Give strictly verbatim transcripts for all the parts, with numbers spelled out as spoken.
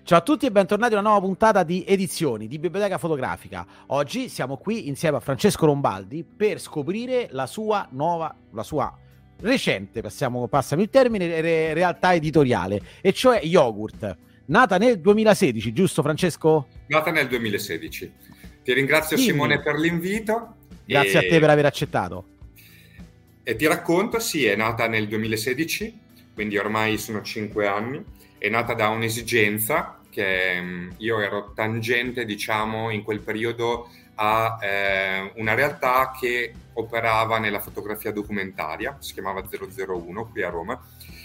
Ciao a tutti e bentornati a una nuova puntata di Edizioni di Biblioteca Fotografica. Oggi siamo qui insieme a Francesco Rombaldi per scoprire la sua nuova, la sua recente, passiamo, passami il termine, re, realtà editoriale, e cioè Yogurt, nata nel duemilasedici, giusto Francesco? Nata nel duemilasedici. Ti ringrazio Dimmi. Simone per l'invito. Grazie e... a te per aver accettato. E ti racconto, sì, è nata nel duemilasedici, quindi ormai sono cinque anni, è nata da un'esigenza che io ero tangente, diciamo, in quel periodo a eh, una realtà che operava nella fotografia documentaria, si chiamava zero zero uno qui a Roma,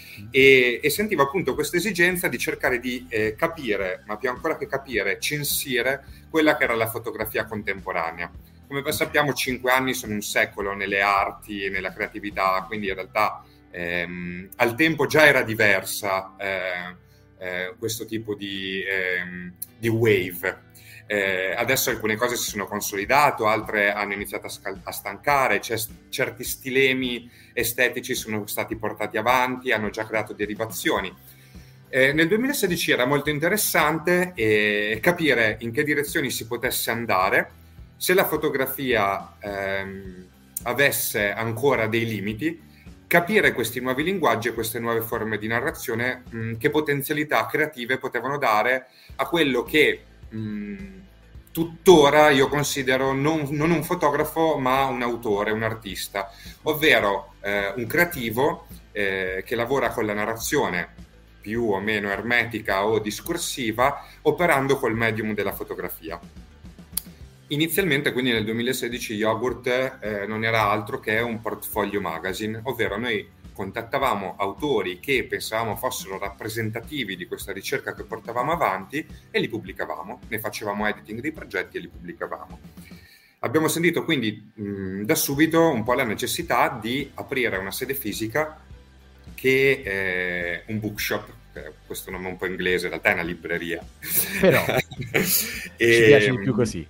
e, e sentivo appunto questa esigenza di cercare di eh, capire, ma più ancora che capire, censire quella che era la fotografia contemporanea. Come ben sappiamo, cinque anni sono un secolo nelle arti e nella creatività, quindi in realtà ehm, al tempo già era diversa eh, Eh, questo tipo di, ehm, di wave. Eh, adesso alcune cose si sono consolidate, altre hanno iniziato a, scal- a stancare, c'è, certi stilemi estetici sono stati portati avanti, hanno già creato derivazioni. Eh, nel duemilasedici era molto interessante eh, capire in che direzioni si potesse andare, se la fotografia ehm, avesse ancora dei limiti, capire questi nuovi linguaggi e queste nuove forme di narrazione, mh, che potenzialità creative potevano dare a quello che mh, tuttora io considero non, non un fotografo ma un autore, un artista, ovvero eh, un creativo eh, che lavora con la narrazione più o meno ermetica o discorsiva, operando col medium della fotografia. Inizialmente, quindi nel duemilasedici, Yogurt eh, non era altro che un portfolio magazine, ovvero noi contattavamo autori che pensavamo fossero rappresentativi di questa ricerca che portavamo avanti e li pubblicavamo, ne facevamo editing dei progetti e li pubblicavamo. Abbiamo sentito quindi mh, da subito un po' la necessità di aprire una sede fisica che è un bookshop, questo nome un po' inglese, in realtà è una libreria. Però e, ci piace di più così.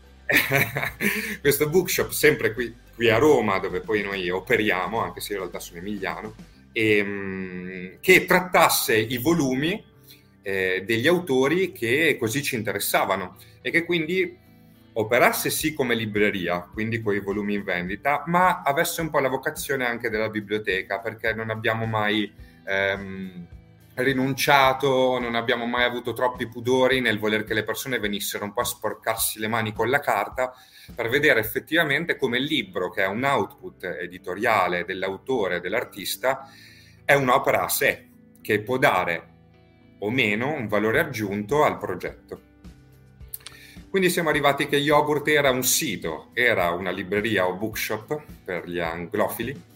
Questo bookshop sempre qui, qui a Roma, dove poi noi operiamo, anche se in realtà sono emiliano, e, mh, che trattasse i volumi eh, degli autori che così ci interessavano e che quindi operasse sì come libreria, quindi con i volumi in vendita, ma avesse un po' la vocazione anche della biblioteca, perché non abbiamo mai ehm, rinunciato, non abbiamo mai avuto troppi pudori nel voler che le persone venissero un po' a sporcarsi le mani con la carta per vedere effettivamente come il libro, che è un output editoriale dell'autore, dell'artista, è un'opera a sé, che può dare o meno un valore aggiunto al progetto. Quindi siamo arrivati che Yogurt era un sito, era una libreria o bookshop per gli anglofili,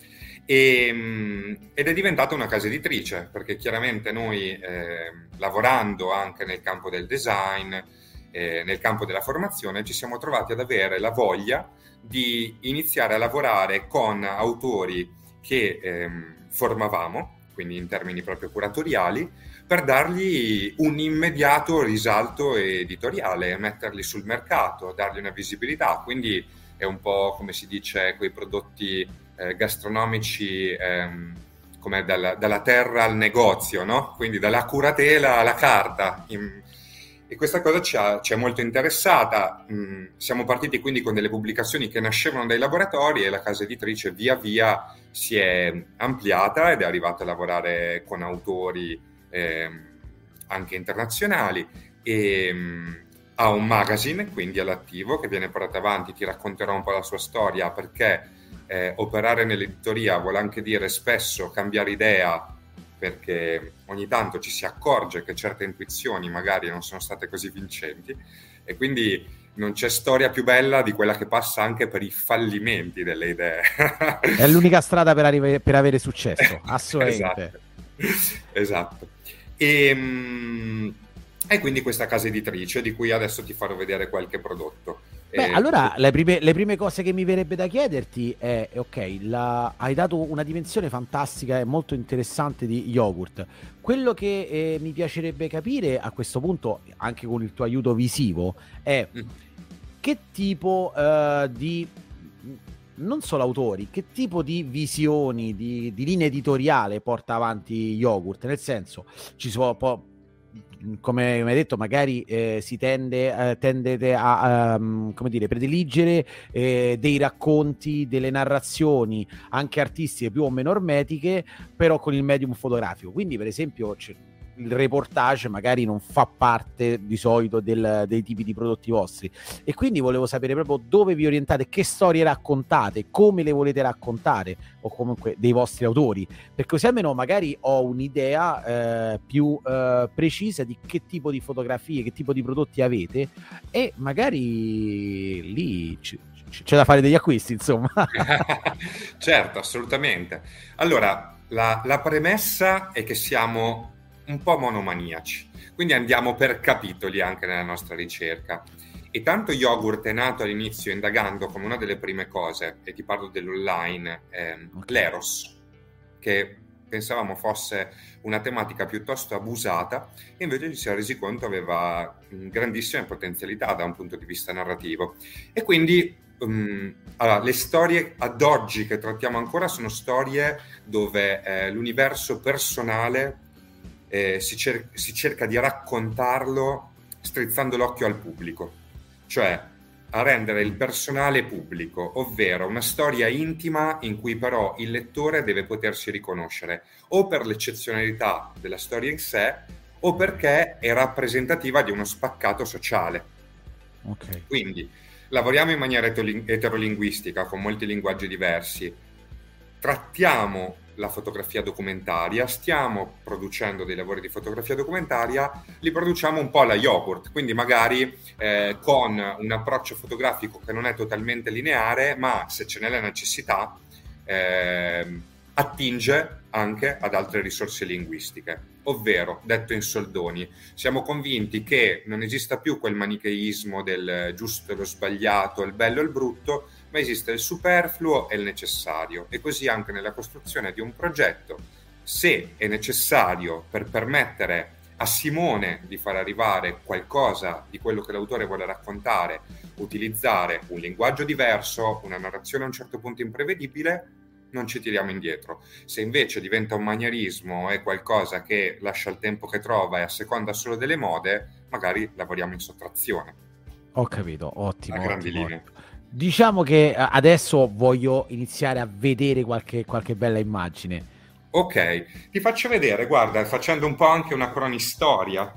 E, ed è diventata una casa editrice, perché chiaramente noi eh, lavorando anche nel campo del design, eh, nel campo della formazione, ci siamo trovati ad avere la voglia di iniziare a lavorare con autori che eh, formavamo, quindi in termini proprio curatoriali, per dargli un immediato risalto editoriale, metterli sul mercato, dargli una visibilità. Quindi è un po' come si dice quei prodotti Eh, gastronomici ehm, come dalla, dalla terra al negozio, no? Quindi dalla curatela alla carta. In, e questa cosa ci ha, ci è molto interessata. Mm, siamo partiti quindi con delle pubblicazioni che nascevano dai laboratori e la casa editrice via via si è ampliata ed è arrivata a lavorare con autori ehm, anche internazionali e mm, ha un magazine quindi all'attivo che viene portato avanti. Ti racconterò un po' la sua storia, perché Eh, operare nell'editoria vuole anche dire spesso cambiare idea, perché ogni tanto ci si accorge che certe intuizioni magari non sono state così vincenti, e quindi non c'è storia più bella di quella che passa anche per i fallimenti delle idee. È l'unica strada per, arrivare, per avere successo, assolutamente. Esatto, esatto. E, e quindi questa casa editrice di cui adesso ti farò vedere qualche prodotto. Beh, eh, allora le prime, le prime cose che mi verrebbe da chiederti è, ok, la, hai dato una dimensione fantastica e molto interessante di Yogurt. Quello che eh, mi piacerebbe capire a questo punto, anche con il tuo aiuto visivo, è mm. che tipo uh, di, non solo autori, che tipo di visioni, di, di linea editoriale porta avanti Yogurt, nel senso, ci si può... può come hai detto, magari eh, si tende, eh, tendete a, a um, come dire, prediligere eh, dei racconti, delle narrazioni anche artistiche più o meno ermetiche, però con il medium fotografico. Quindi, per esempio, c- il reportage magari non fa parte di solito del, dei tipi di prodotti vostri, e quindi volevo sapere proprio dove vi orientate, che storie raccontate, come le volete raccontare, o comunque dei vostri autori, perché così almeno magari ho un'idea eh, più eh, precisa di che tipo di fotografie, che tipo di prodotti avete, e magari lì c- c- c'è da fare degli acquisti, insomma. Certo, assolutamente. Allora, la, la premessa è che siamo un po' monomaniaci, quindi andiamo per capitoli anche nella nostra ricerca. E tanto Yogurt è nato all'inizio indagando come una delle prime cose, e ti parlo dell'online, ehm, Ok. l'Eros, che pensavamo fosse una tematica piuttosto abusata, e invece ci siamo resi conto aveva mh, grandissime potenzialità da un punto di vista narrativo. E quindi um, allora, le storie ad oggi che trattiamo ancora sono storie dove eh, l'universo personale eh, si, cer- si cerca di raccontarlo strizzando l'occhio al pubblico, cioè a rendere il personale pubblico, ovvero una storia intima in cui però il lettore deve potersi riconoscere, o per l'eccezionalità della storia in sé, o perché è rappresentativa di uno spaccato sociale. Ok. Quindi lavoriamo in maniera eterolinguistica, con molti linguaggi diversi, trattiamo la fotografia documentaria, stiamo producendo dei lavori di fotografia documentaria, li produciamo un po' alla Yogurt, quindi magari eh, con un approccio fotografico che non è totalmente lineare, ma se ce n'è la necessità eh, attinge anche ad altre risorse linguistiche. Ovvero, detto in soldoni, siamo convinti che non esista più quel manicheismo del giusto e lo sbagliato, il bello e il brutto, ma esiste il superfluo e il necessario, e così anche nella costruzione di un progetto, se è necessario per permettere a Simone di far arrivare qualcosa di quello che l'autore vuole raccontare, utilizzare un linguaggio diverso, una narrazione a un certo punto imprevedibile, non ci tiriamo indietro. Se invece diventa un manierismo, è qualcosa che lascia il tempo che trova e a seconda solo delle mode, magari lavoriamo in sottrazione. Ho capito, ottimo, A grandi ottimo. linee. Diciamo che adesso voglio iniziare a vedere qualche, qualche bella immagine. Ok, ti faccio vedere, guarda, facendo un po' anche una cronistoria,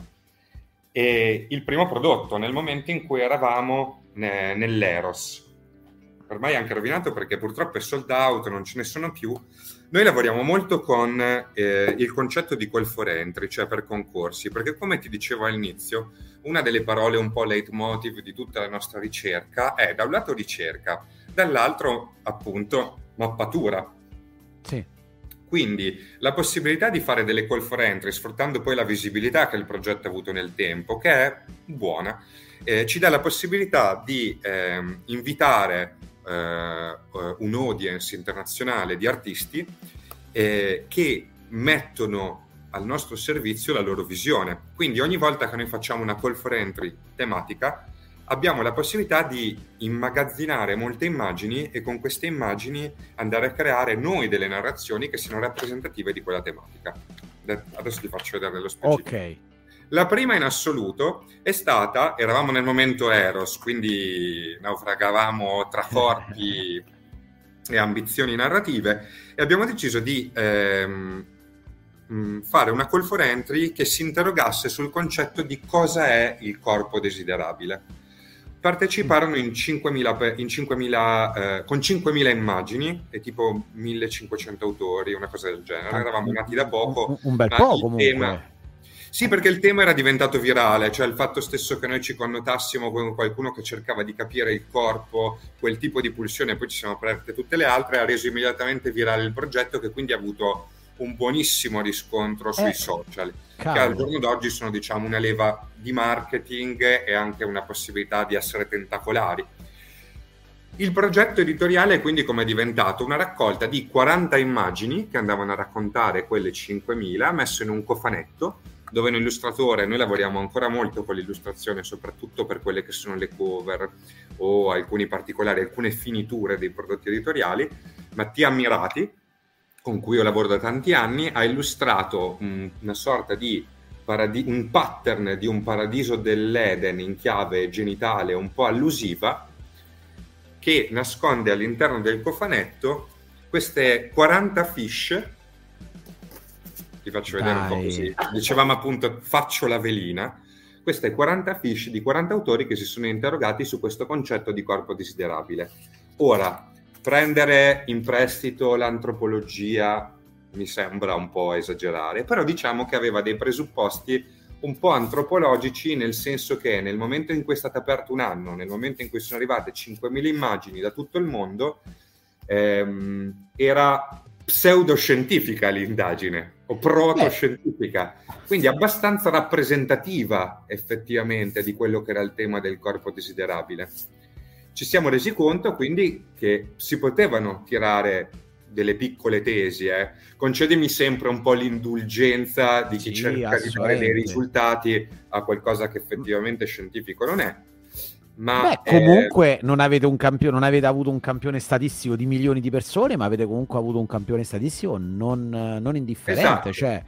e il primo prodotto nel momento in cui eravamo ne- nell'Eros. Ormai è anche rovinato perché purtroppo è sold out, non ce ne sono più. Noi lavoriamo molto con eh, il concetto di call for entry, cioè per concorsi, perché come ti dicevo all'inizio, una delle parole un po' leitmotiv di tutta la nostra ricerca è da un lato ricerca, dall'altro appunto mappatura. Sì. Quindi la possibilità di fare delle call for entry sfruttando poi la visibilità che il progetto ha avuto nel tempo, che è buona, eh, ci dà la possibilità di eh, invitare eh, un audience internazionale di artisti eh, che mettono al nostro servizio la loro visione. Quindi ogni volta che noi facciamo una call for entry tematica abbiamo la possibilità di immagazzinare molte immagini e con queste immagini andare a creare noi delle narrazioni che siano rappresentative di quella tematica. Adesso ti faccio vedere nello specifico. Ok. La prima in assoluto è stata, eravamo nel momento Eros, quindi naufragavamo tra corpi e ambizioni narrative, e abbiamo deciso di ehm, fare una call for entry che si interrogasse sul concetto di cosa è il corpo desiderabile. Parteciparono in cinquemila, in cinquemila eh, con cinquemila immagini e tipo millecinquecento autori, una cosa del genere. Eravamo nati da poco, un, un bel ma po' il comunque. tema... Sì, perché il tema era diventato virale, cioè il fatto stesso che noi ci connotassimo con qualcuno che cercava di capire il corpo, quel tipo di pulsione, poi ci siamo aperte tutte le altre, ha reso immediatamente virale il progetto, che quindi ha avuto un buonissimo riscontro sui Eh, social, cavolo. che al giorno d'oggi sono, diciamo, una leva di marketing e anche una possibilità di essere tentacolari. Il progetto editoriale quindi come è diventato? Una raccolta di quaranta immagini che andavano a raccontare quelle cinquemila, messo in un cofanetto, dove un illustratore, noi lavoriamo ancora molto con l'illustrazione, soprattutto per quelle che sono le cover o alcuni particolari, alcune finiture dei prodotti editoriali. Mattia Ammirati, con cui io lavoro da tanti anni, ha illustrato mh, una sorta di paradi- un pattern di un paradiso dell'Eden in chiave genitale un po' allusiva, che nasconde all'interno del cofanetto queste quaranta fiche. Ti faccio vedere Dai. un po' così. Dicevamo appunto, faccio la velina. Queste quaranta fiche di quaranta autori che si sono interrogati su questo concetto di corpo desiderabile. Ora, prendere in prestito l'antropologia mi sembra un po' esagerare, però diciamo che aveva dei presupposti un po' antropologici, nel senso che nel momento in cui è stato aperto un anno, nel momento in cui sono arrivate cinquemila immagini da tutto il mondo, ehm, era pseudoscientifica l'indagine o protoscientifica, quindi abbastanza rappresentativa effettivamente di quello che era il tema del corpo desiderabile. Ci siamo resi conto quindi che si potevano tirare delle piccole tesi, eh. Concedimi sempre un po' l'indulgenza di chi Sì, cerca di dare dei assolutamente. risultati a qualcosa che effettivamente scientifico non è. Ma Beh, comunque non avete un campione, non avete avuto un campione statistico di milioni di persone, ma avete comunque avuto un campione statistico non, non indifferente. Esatto. Cioè,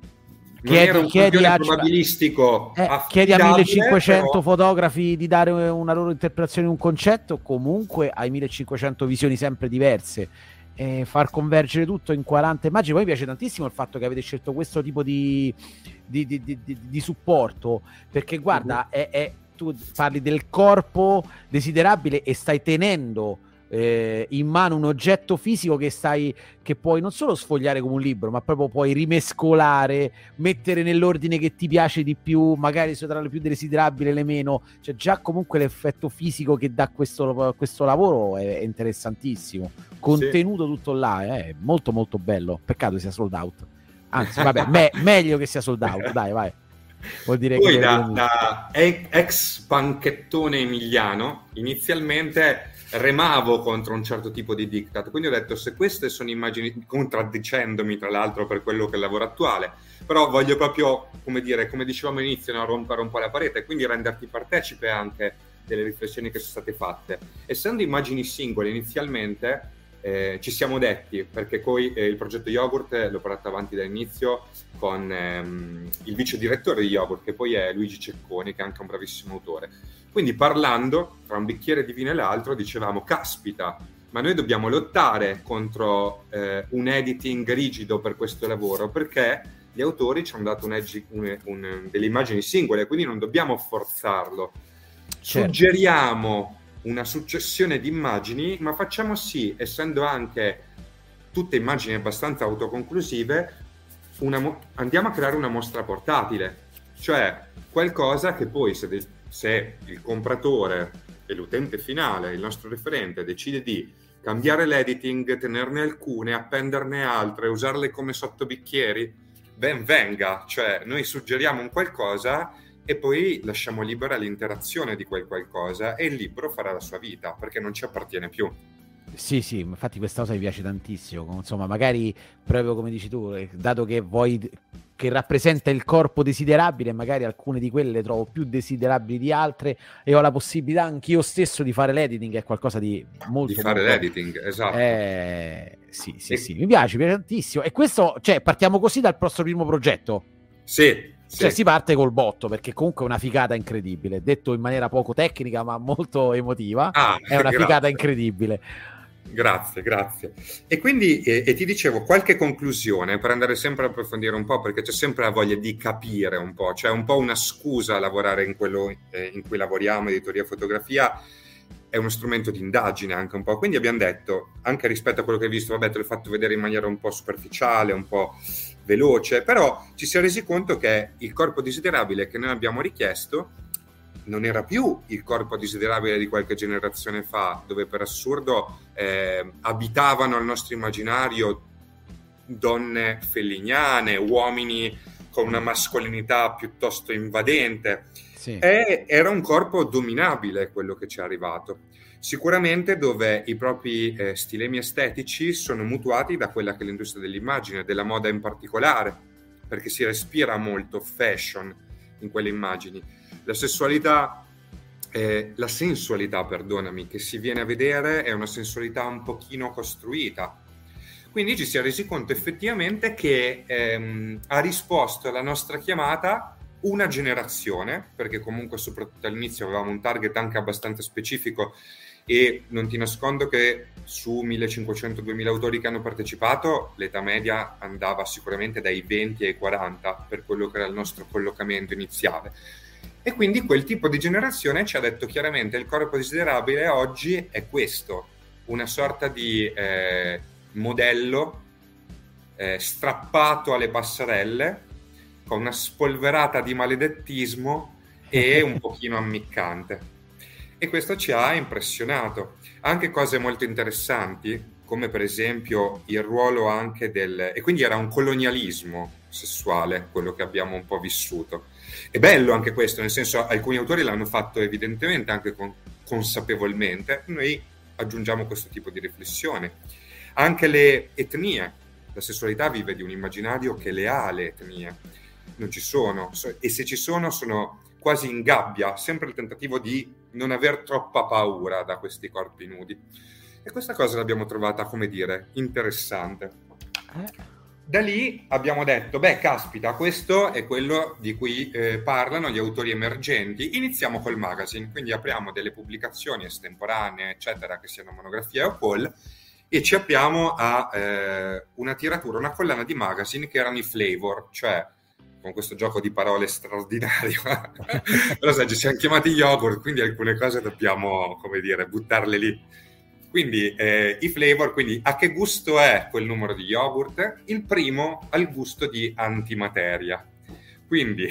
non chiedi, era un chiedi campione a, probabilistico eh, affidabile, chiedi a millecinquecento però... fotografi di dare una loro interpretazione di un concetto, comunque hai millecinquecento visioni sempre diverse. E far convergere tutto in quaranta immagini. Poi mi piace tantissimo il fatto che avete scelto questo tipo di, di, di, di, di, di supporto, perché guarda, uh-huh. è, è, tu parli del corpo desiderabile e stai tenendo eh, in mano un oggetto fisico che stai che puoi non solo sfogliare come un libro, ma proprio puoi rimescolare, mettere nell'ordine che ti piace di più, magari tra le più desiderabili le meno. Cioè già comunque l'effetto fisico che dà questo, questo lavoro è, è interessantissimo, contenuto sì. Tutto là, è molto molto bello. Peccato sia sold out, anzi vabbè, me- meglio che sia sold out, dai vai. Vuol dire poi che da, da ex panchettone emiliano inizialmente remavo contro un certo tipo di diktat, quindi ho detto, se queste sono immagini, contraddicendomi tra l'altro per quello che è il lavoro attuale, però voglio proprio, come dire, come dicevamo all'inizio, no, rompere un po' la parete, quindi renderti partecipe anche delle riflessioni che sono state fatte. Essendo immagini singole inizialmente, eh, ci siamo detti, perché poi eh, il progetto Yogurt eh, l'ho portato avanti dall'inizio con ehm, il vice direttore di Yogurt, che poi è Luigi Cecconi, che è anche un bravissimo autore. Quindi parlando tra un bicchiere di vino e l'altro dicevamo, caspita, ma noi dobbiamo lottare contro eh, un editing rigido per questo lavoro, perché gli autori ci hanno dato un edgi, un, un, delle immagini singole, quindi non dobbiamo forzarlo. Certo. Suggeriamo una successione di immagini, ma facciamo sì, essendo anche tutte immagini abbastanza autoconclusive, una mo- andiamo a creare una mostra portatile, cioè qualcosa che poi se, de- se il compratore e l'utente finale, il nostro referente, decide di cambiare l'editing, tenerne alcune, appenderne altre, usarle come sottobicchieri, ben venga, cioè noi suggeriamo un qualcosa e poi lasciamo libera l'interazione di quel qualcosa e il libro farà la sua vita, perché non ci appartiene più. Sì, sì, infatti questa cosa mi piace tantissimo, insomma, magari proprio come dici tu, dato che vuoi che rappresenta il corpo desiderabile, magari alcune di quelle le trovo più desiderabili di altre e ho la possibilità anch'io stesso di fare l'editing, è qualcosa di molto di fare molto... l'editing, esatto. Eh, sì, sì, e... sì, mi piace, mi piace tantissimo. E questo, cioè, partiamo così dal nostro primo progetto. Sì. Cioè sì. si parte col botto, perché comunque è una figata incredibile, detto in maniera poco tecnica ma molto emotiva. Ah, è una grazie. Figata incredibile. Grazie, grazie. E quindi eh, e ti dicevo qualche conclusione per andare sempre a approfondire un po', perché c'è sempre la voglia di capire un po', cioè un po' una scusa a lavorare in quello eh, in cui lavoriamo, editoria e fotografia, è uno strumento di indagine anche un po', quindi abbiamo detto, anche rispetto a quello che hai visto, vabbè te l'ho fatto vedere in maniera un po' superficiale, un po' veloce, però ci si è resi conto che il corpo desiderabile che noi abbiamo richiesto non era più il corpo desiderabile di qualche generazione fa, dove per assurdo eh, abitavano al nostro immaginario donne felliniane, uomini con una mascolinità piuttosto invadente. Sì. E era un corpo dominabile quello che ci è arrivato. Sicuramente dove i propri eh, stilemi estetici sono mutuati da quella che è l'industria dell'immagine, della moda in particolare, perché si respira molto fashion in quelle immagini. La sessualità, eh, la sensualità, perdonami, che si viene a vedere è una sensualità un pochino costruita. Quindi ci si è resi conto effettivamente che ehm, ha risposto alla nostra chiamata una generazione, perché comunque soprattutto all'inizio avevamo un target anche abbastanza specifico, e non ti nascondo che su millecinquecento duemila autori che hanno partecipato l'età media andava sicuramente dai venti ai quaranta per quello che era il nostro collocamento iniziale, e quindi quel tipo di generazione ci ha detto chiaramente: il corpo desiderabile oggi è questo, una sorta di eh, modello eh, strappato alle passerelle con una spolverata di maledettismo e un pochino ammiccante. E questo ci ha impressionato. Anche cose molto interessanti, come per esempio il ruolo anche del... E quindi era un colonialismo sessuale, quello che abbiamo un po' vissuto. È bello anche questo, nel senso, alcuni autori l'hanno fatto evidentemente anche con, consapevolmente. Noi aggiungiamo questo tipo di riflessione. Anche le etnie. La sessualità vive di un immaginario che le ha le etnie. Non ci sono. E se ci sono, sono quasi in gabbia, sempre il tentativo di non aver troppa paura da questi corpi nudi. E questa cosa l'abbiamo trovata, come dire, interessante. Da lì abbiamo detto, beh, caspita, questo è quello di cui eh, parlano gli autori emergenti. Iniziamo col magazine, quindi apriamo delle pubblicazioni estemporanee, eccetera, che siano monografie o poll, e ci apriamo a eh, una tiratura, una collana di magazine che erano i flavor, cioè con questo gioco di parole straordinario. Però sai, ci siamo chiamati yogurt, quindi alcune cose dobbiamo, come dire, buttarle lì. Quindi eh, i flavor, quindi a che gusto è quel numero di yogurt? Il primo al gusto di antimateria. Quindi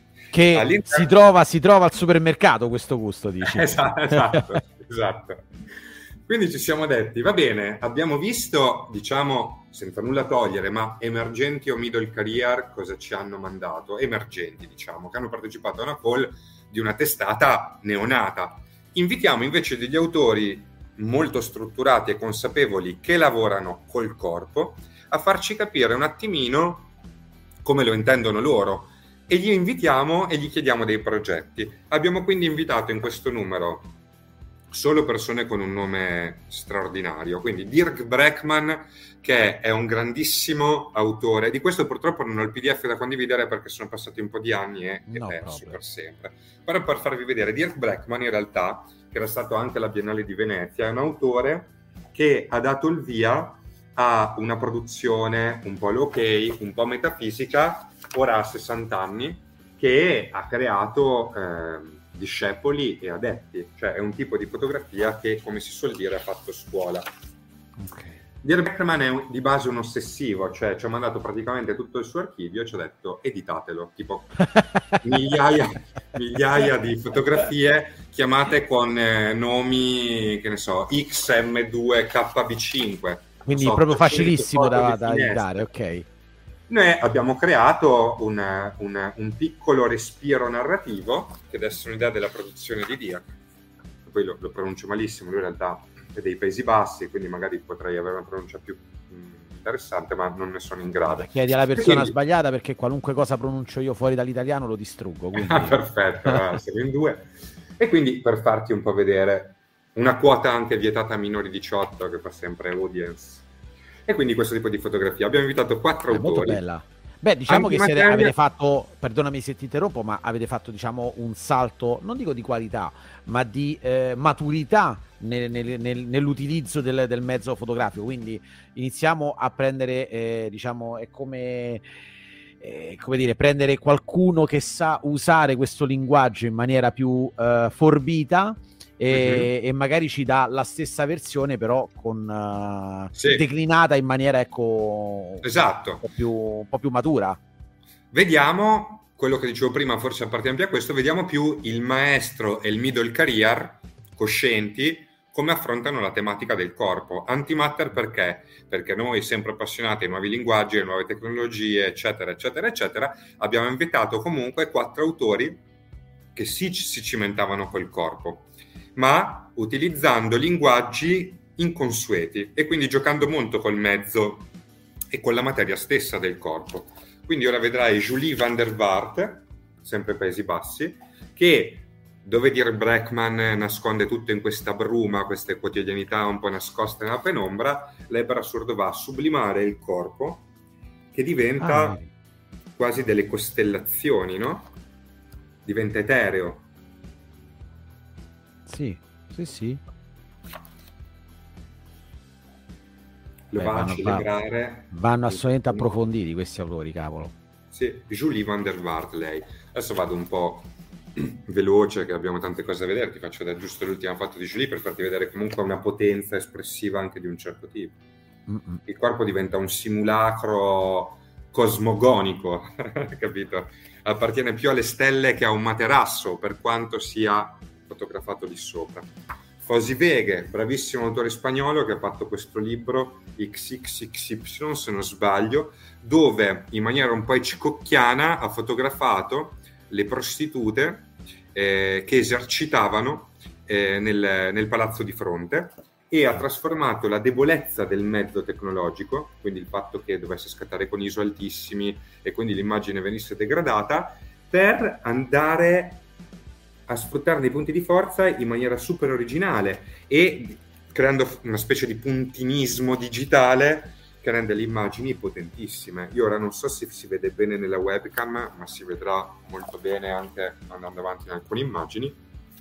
che si trova, si trova al supermercato questo gusto, dici? esatto, esatto, esatto. Quindi ci siamo detti, va bene, abbiamo visto, diciamo, senza nulla togliere, ma emergenti o middle career cosa ci hanno mandato? Emergenti, diciamo, che hanno partecipato a una call di una testata neonata. Invitiamo invece degli autori molto strutturati e consapevoli che lavorano col corpo a farci capire un attimino come lo intendono loro, e gli invitiamo e gli chiediamo dei progetti. Abbiamo quindi invitato in questo numero solo persone con un nome straordinario, quindi Dirk Breckman, che è un grandissimo autore. Di questo purtroppo non ho il P D F da condividere perché sono passati un po' di anni e è no, perso proprio. Per sempre. Però per farvi vedere, Dirk Breckman in realtà, che era stato anche alla Biennale di Venezia, è un autore che ha dato il via a una produzione un po' low-key, un po' metafisica, ora ha sessanta anni, che ha creato... Eh, discepoli e adepti, cioè è un tipo di fotografia che, come si suol dire, ha fatto scuola. Okay. Dirk Breckman è di base un ossessivo, cioè ci ha mandato praticamente tutto il suo archivio e ci ha detto editatelo, tipo migliaia, migliaia di fotografie chiamate con eh, nomi, che ne so, X M due K B cinque. Quindi so, proprio facilissimo da, da editare, ok. Noi abbiamo creato un, un, un piccolo respiro narrativo che desse un'idea della produzione di Dirk. Poi lo, lo pronuncio malissimo, lui in realtà è dei Paesi Bassi, quindi magari potrei avere una pronuncia più mh, interessante, ma non ne sono in grado. Chiedi alla persona quindi... sbagliata, perché qualunque cosa pronuncio io fuori dall'italiano lo distruggo. Quindi... Ah, perfetto, ah, siamo in due. E quindi per farti un po' vedere una quota anche vietata a minori diciotto che fa sempre audience. E quindi questo tipo di fotografia. Abbiamo invitato quattro è autori. Molto bella. Beh, diciamo che siete, avete fatto, perdonami se ti interrompo, ma avete fatto, diciamo, un salto, non dico di qualità, ma di eh, maturità nel, nel, nel, nell'utilizzo del, del mezzo fotografico. Quindi iniziamo a prendere, eh, diciamo, è come... Eh, come dire, prendere qualcuno che sa usare questo linguaggio in maniera più eh, forbita e, uh-huh. e magari ci dà la stessa versione però con uh, sì. declinata in maniera, ecco, esatto, un po' più, un po' più matura. Vediamo quello che dicevo prima, forse appartiene più a questo, vediamo più il maestro e il middle career coscienti come affrontano la tematica del corpo. Antimatter perché? Perché noi, sempre appassionati ai nuovi linguaggi, alle nuove tecnologie, eccetera, eccetera, eccetera, abbiamo invitato comunque quattro autori che sì si cimentavano col corpo, ma utilizzando linguaggi inconsueti e quindi giocando molto col mezzo e con la materia stessa del corpo. Quindi ora vedrai Julie van der Vaart, sempre Paesi Bassi, che dove Dirk Breckman nasconde tutto in questa bruma, queste quotidianità un po' nascoste nella penombra, l'Eber Assurdo va a sublimare il corpo, che diventa Ah, quasi delle costellazioni, no? Diventa etereo. sì, sì, sì. Lo Beh, va a vanno, va- celebrare. vanno in assolutamente questo modo. approfonditi questi autori, cavolo. Sì, Julie van der Waart lei. Adesso vado un po' veloce, che abbiamo tante cose da vedere. Ti faccio vedere giusto l'ultima foto di Julie per farti vedere comunque una potenza espressiva anche di un certo tipo. Mm-mm. Il corpo diventa un simulacro cosmogonico, capito? Appartiene più alle stelle che a un materasso, per quanto sia fotografato lì sopra. Fosi Veghe, bravissimo autore spagnolo che ha fatto questo libro X X X Y, se non sbaglio, dove in maniera un po' hitchcockiana ha fotografato le prostitute eh, che esercitavano eh, nel, nel palazzo di fronte, e ha trasformato la debolezza del mezzo tecnologico, quindi il fatto che dovesse scattare con I S O altissimi e quindi l'immagine venisse degradata, per andare a sfruttarne i punti di forza in maniera super originale e creando una specie di puntinismo digitale che rende le immagini potentissime. Io ora non so se si vede bene nella webcam, ma si vedrà molto bene anche andando avanti in alcune immagini,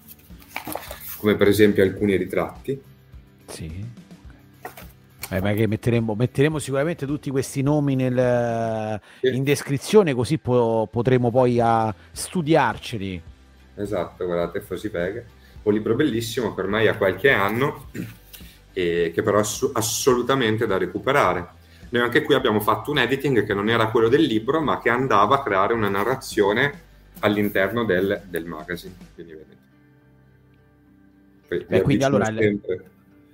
come per esempio alcuni ritratti. Sì. Eh, ma che metteremo, metteremo sicuramente tutti questi nomi nel, Sì. in descrizione, così po- potremo poi a studiarceli. Esatto, guardate, Fosi Veghe, un libro bellissimo che ormai ha qualche anno e che però è ass- assolutamente da recuperare. Noi anche qui abbiamo fatto un editing che non era quello del libro, ma che andava a creare una narrazione all'interno del, del magazine. Quindi vedete. Poi vi Beh, quindi avvicino allora il- sempre.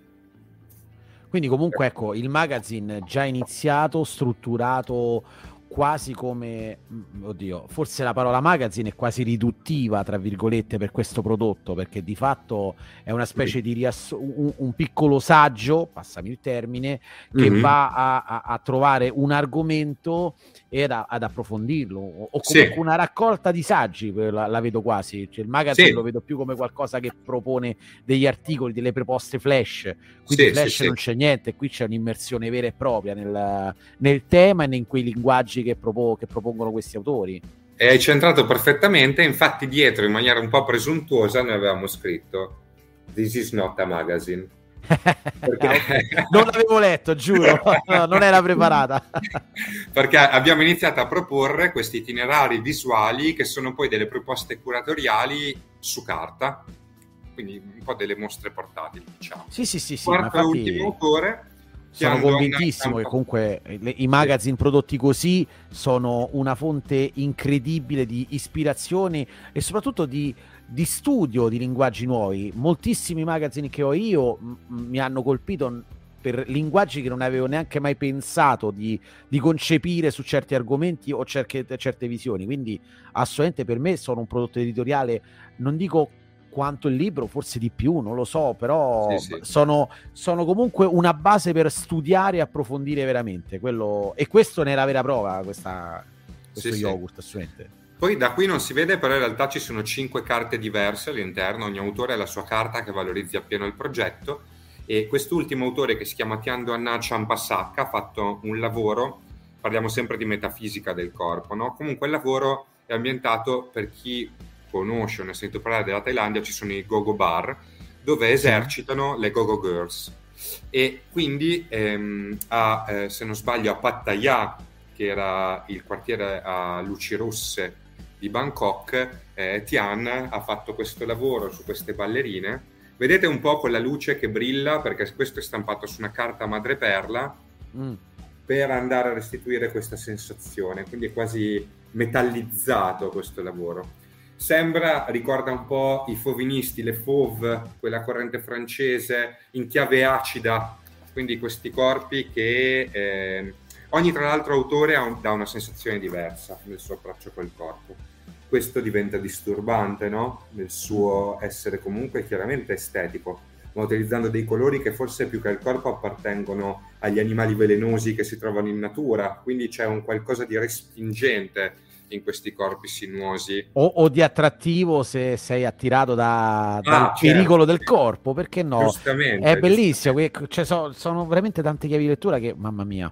Quindi comunque ecco, il magazine già iniziato, strutturato quasi come, mm, oddio, forse la parola magazine è quasi riduttiva, tra virgolette, per questo prodotto, perché di fatto è una specie di riass- un, un piccolo saggio, passami il termine, che Mhm. va a, a- a trovare un argomento e ad, ad approfondirlo, o, o Sì, comunque una raccolta di saggi, la, la vedo quasi, cioè il magazine sì, lo vedo più come qualcosa che propone degli articoli, delle proposte flash. Qui di sì, sì, flash sì. non c'è niente, qui c'è un'immersione vera e propria nel, nel tema e in quei linguaggi che, propo- che propongono questi autori. E hai centrato perfettamente, infatti dietro in maniera un po' presuntuosa noi avevamo scritto "This is not a magazine". Perché... Ah, ok. Non l'avevo letto, giuro, no, non era preparata. Perché abbiamo iniziato a proporre questi itinerari visuali che sono poi delle proposte curatoriali su carta, quindi un po' delle mostre portatili, diciamo. Sì, sì, sì, sì, Quarto ma e infatti ultimo autore. sono convintissimo che comunque le, i magazine prodotti così sono una fonte incredibile di ispirazione e soprattutto di, di studio di linguaggi nuovi. Moltissimi magazine che ho io m- mi hanno colpito per linguaggi che non avevo neanche mai pensato di, di concepire su certi argomenti o cerche, certe visioni. Quindi assolutamente per me sono un prodotto editoriale, non dico quanto il libro, forse di più, non lo so, però Sì, sì. sono, sono comunque una base per studiare e approfondire veramente quello, e questo ne è la vera prova, questa, questo Sì, yogurt, sì. assolutamente. Poi da qui non si vede, però in realtà ci sono cinque carte diverse all'interno, ogni autore ha la sua carta che valorizza appieno il progetto, e quest'ultimo autore, che si chiama Tiando Anna Ciampasacca, ha fatto un lavoro, parliamo sempre di metafisica del corpo, no? Comunque il lavoro è ambientato, per chi conosce o ne ha sentito parlare della Thailandia, ci sono i go-go bar dove esercitano le go-go girls, e quindi ehm, a, eh, se non sbaglio a Pattaya, che era il quartiere a luci rosse di Bangkok, eh, Tian ha fatto questo lavoro su queste ballerine. Vedete un po' con la luce che brilla, perché questo è stampato su una carta madreperla, Mm. per andare a restituire questa sensazione, quindi è quasi metallizzato questo lavoro. Sembra, ricorda un po' i fauvinisti, le fauve, quella corrente francese in chiave acida, quindi questi corpi che eh, ogni tra l'altro autore ha un, dà una sensazione diversa nel suo approccio col corpo. Questo diventa disturbante, no? Nel suo essere comunque chiaramente estetico, ma utilizzando dei colori che forse più che al corpo appartengono agli animali velenosi che si trovano in natura, quindi c'è un qualcosa di respingente in questi corpi sinuosi. O, o di attrattivo se sei attirato da, Ah, dal certo, pericolo del sì. corpo, perché no? Giustamente, È bellissimo, giustamente. que- cioè, so- sono veramente tante chiavi di lettura che, mamma mia.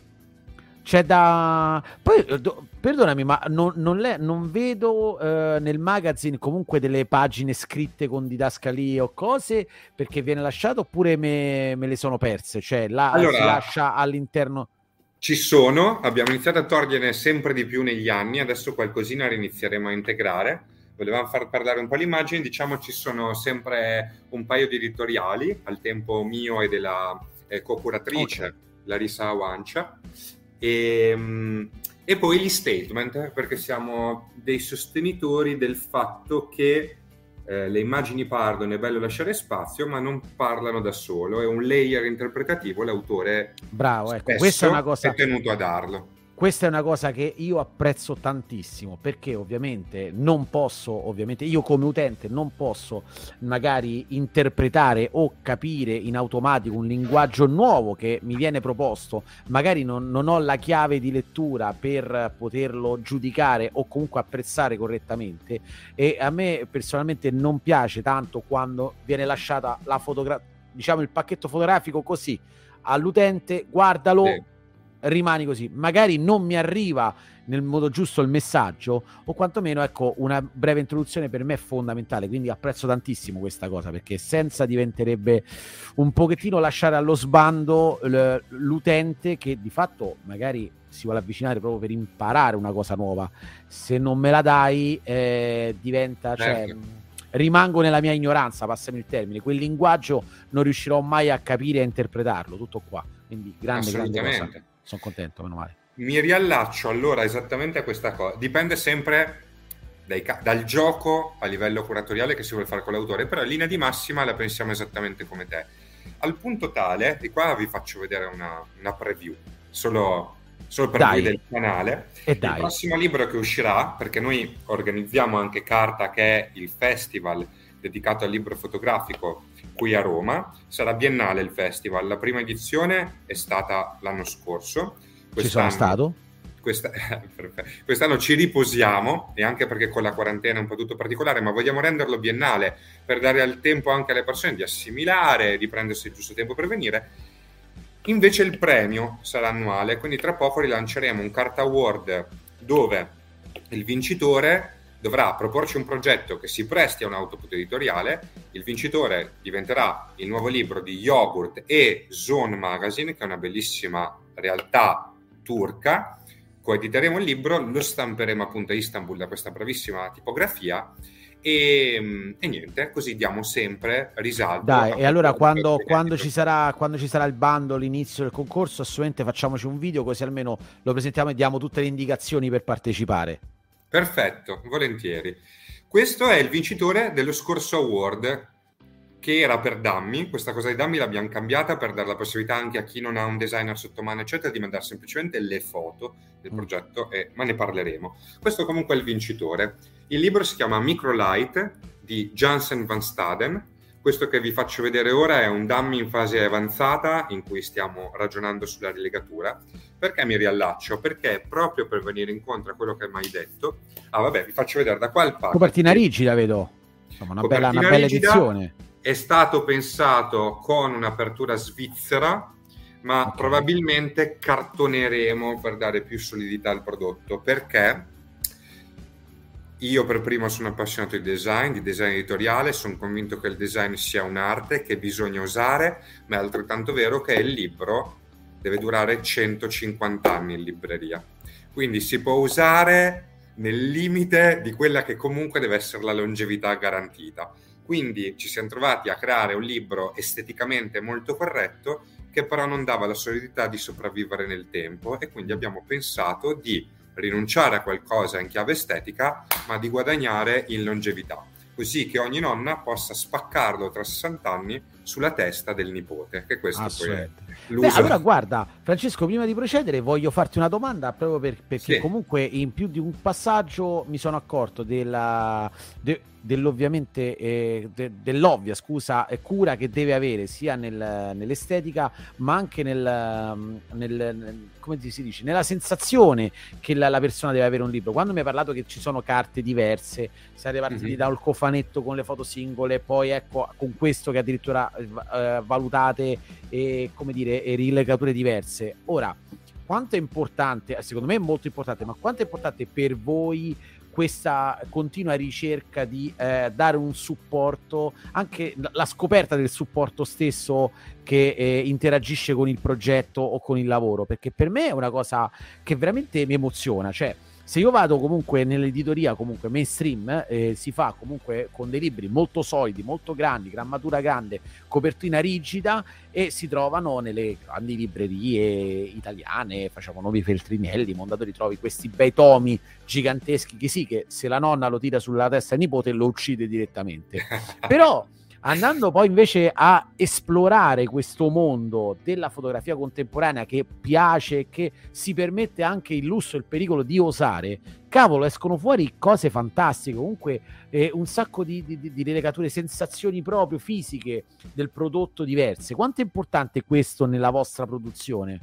C'è da... Poi, eh, do- perdonami, ma non, non le- non vedo eh, nel magazine comunque delle pagine scritte con didascalie o cose perché viene lasciato oppure me, me le sono perse? Cioè, la, si Allora, lascia all'interno... ci sono, abbiamo iniziato a toglierne sempre di più negli anni, adesso qualcosina rinizieremo a integrare. Volevamo far parlare un po' le immagini, diciamo ci sono sempre un paio di editoriali, al tempo mio e della eh, co-curatrice Ok. Larissa Awancia, e, mm, e poi gli statement, perché siamo dei sostenitori del fatto che eh, le immagini parlano, è bello lasciare spazio, ma non parlano da solo, è un layer interpretativo, l'autore Bravo, ecco, questa è una spesso cosa... è tenuto a darlo. Questa è una cosa che io apprezzo tantissimo perché ovviamente non posso, ovviamente io come utente non posso magari interpretare o capire in automatico un linguaggio nuovo che mi viene proposto, magari non, non ho la chiave di lettura per poterlo giudicare o comunque apprezzare correttamente e a me personalmente non piace tanto quando viene lasciata la fotografia, diciamo il pacchetto fotografico così all'utente, guardalo. Sì. Rimani così, magari non mi arriva nel modo giusto il messaggio o quantomeno ecco una breve introduzione per me è fondamentale, quindi apprezzo tantissimo questa cosa perché senza diventerebbe un pochettino lasciare allo sbando l- l'utente che di fatto magari si vuole avvicinare proprio per imparare una cosa nuova, se non me la dai eh, diventa cioè, Certo. rimango nella mia ignoranza, passami il termine, quel linguaggio non riuscirò mai a capire e a interpretarlo, tutto qua, quindi grande grande cosa. Assolutamente. Sono contento, meno male. Mi riallaccio allora esattamente a questa cosa. Dipende sempre dai ca- dal gioco a livello curatoriale che si vuole fare con l'autore, però in linea di massima la pensiamo esattamente come te. Al punto tale, di qua vi faccio vedere una, una preview, solo, solo per Dai. voi del canale. E Il dai. prossimo libro che uscirà, perché noi organizziamo anche Carta, che è il festival dedicato al libro fotografico qui a Roma, sarà biennale il festival, la prima edizione è stata l'anno scorso. Ci sono stato? Questa, quest'anno ci riposiamo e anche perché con la quarantena è un po' tutto particolare, ma vogliamo renderlo biennale per dare al tempo anche alle persone di assimilare, di prendersi il giusto tempo per venire. Invece il premio sarà annuale, quindi tra poco rilanceremo un Carta Award dove il vincitore dovrà proporci un progetto che si presti a un output editoriale. Il vincitore diventerà il nuovo libro di Yogurt e Zone Magazine, che è una bellissima realtà turca. Coediteremo il libro, lo stamperemo appunto a Istanbul da questa bravissima tipografia e, e niente, così diamo sempre risalto. Dai, e allora quando, progetto. quando, ci sarà, quando ci sarà il bando, l'inizio del concorso, assolutamente facciamoci un video così almeno lo presentiamo e diamo tutte le indicazioni per partecipare. Perfetto, volentieri. Questo è il vincitore dello scorso award, che era per Dummy. Questa cosa di Dummy l'abbiamo cambiata per dare la possibilità anche a chi non ha un designer sotto mano, eccetera, di mandare semplicemente le foto del progetto, e, ma ne parleremo. Questo comunque è il vincitore. Il libro si chiama Microlight di Jansen van Staden. Questo che vi faccio vedere ora è un dummy in fase avanzata in cui stiamo ragionando sulla rilegatura. Perché mi riallaccio? Perché proprio per venire incontro a quello che mi hai detto. Ah vabbè, vi faccio vedere da qua il pack. Copertina rigida, vedo. Insomma, una bella, una bella edizione. È stato pensato con un'apertura svizzera, ma okay. probabilmente cartoneremo per dare più solidità al prodotto. Perché? Io per primo sono appassionato di design, di design editoriale, sono convinto che il design sia un'arte che bisogna usare, ma è altrettanto vero che il libro deve durare centocinquanta anni in libreria. Quindi si può usare nel limite di quella che comunque deve essere la longevità garantita. Quindi ci siamo trovati a creare un libro esteticamente molto corretto che però non dava la solidità di sopravvivere nel tempo, e quindi abbiamo pensato di rinunciare a qualcosa in chiave estetica, ma di guadagnare in longevità, così che ogni nonna possa spaccarlo tra sessanta anni sulla testa del nipote, che questo poi è l'uso. Beh, allora guarda, Francesco, prima di procedere voglio farti una domanda, proprio per, perché sì. comunque in più di un passaggio mi sono accorto della... De, dell'ovviamente eh, de, dell'ovvia scusa eh, cura che deve avere sia nel, nell'estetica ma anche nel, nel, nel come si dice, nella sensazione che la, la persona deve avere un libro. Quando mi hai parlato che ci sono carte diverse, siete partiti mm-hmm. da un cofanetto con le foto singole, poi ecco con questo che addirittura eh, valutate e come dire e rilegature diverse. Ora, quanto è importante, secondo me è molto importante, ma quanto è importante per voi questa continua ricerca di eh, dare un supporto, anche la scoperta del supporto stesso che eh, interagisce con il progetto o con il lavoro? Perché per me è una cosa che veramente mi emoziona. Cioè, se io vado comunque nell'editoria comunque mainstream, eh, si fa comunque con dei libri molto solidi, molto grandi, grammatura grande, copertina rigida, e si trovano nelle grandi librerie italiane, facciamo Novi Feltrinelli, Mondadori, trovi questi bei tomi giganteschi che sì, che se la nonna lo tira sulla testa al nipote lo uccide direttamente. Però andando poi invece a esplorare questo mondo della fotografia contemporanea che piace, che si permette anche il lusso e il pericolo di osare, cavolo, escono fuori cose fantastiche. Comunque eh, un sacco di, di, di rilegature, sensazioni proprio fisiche del prodotto diverse. Quanto è importante questo nella vostra produzione?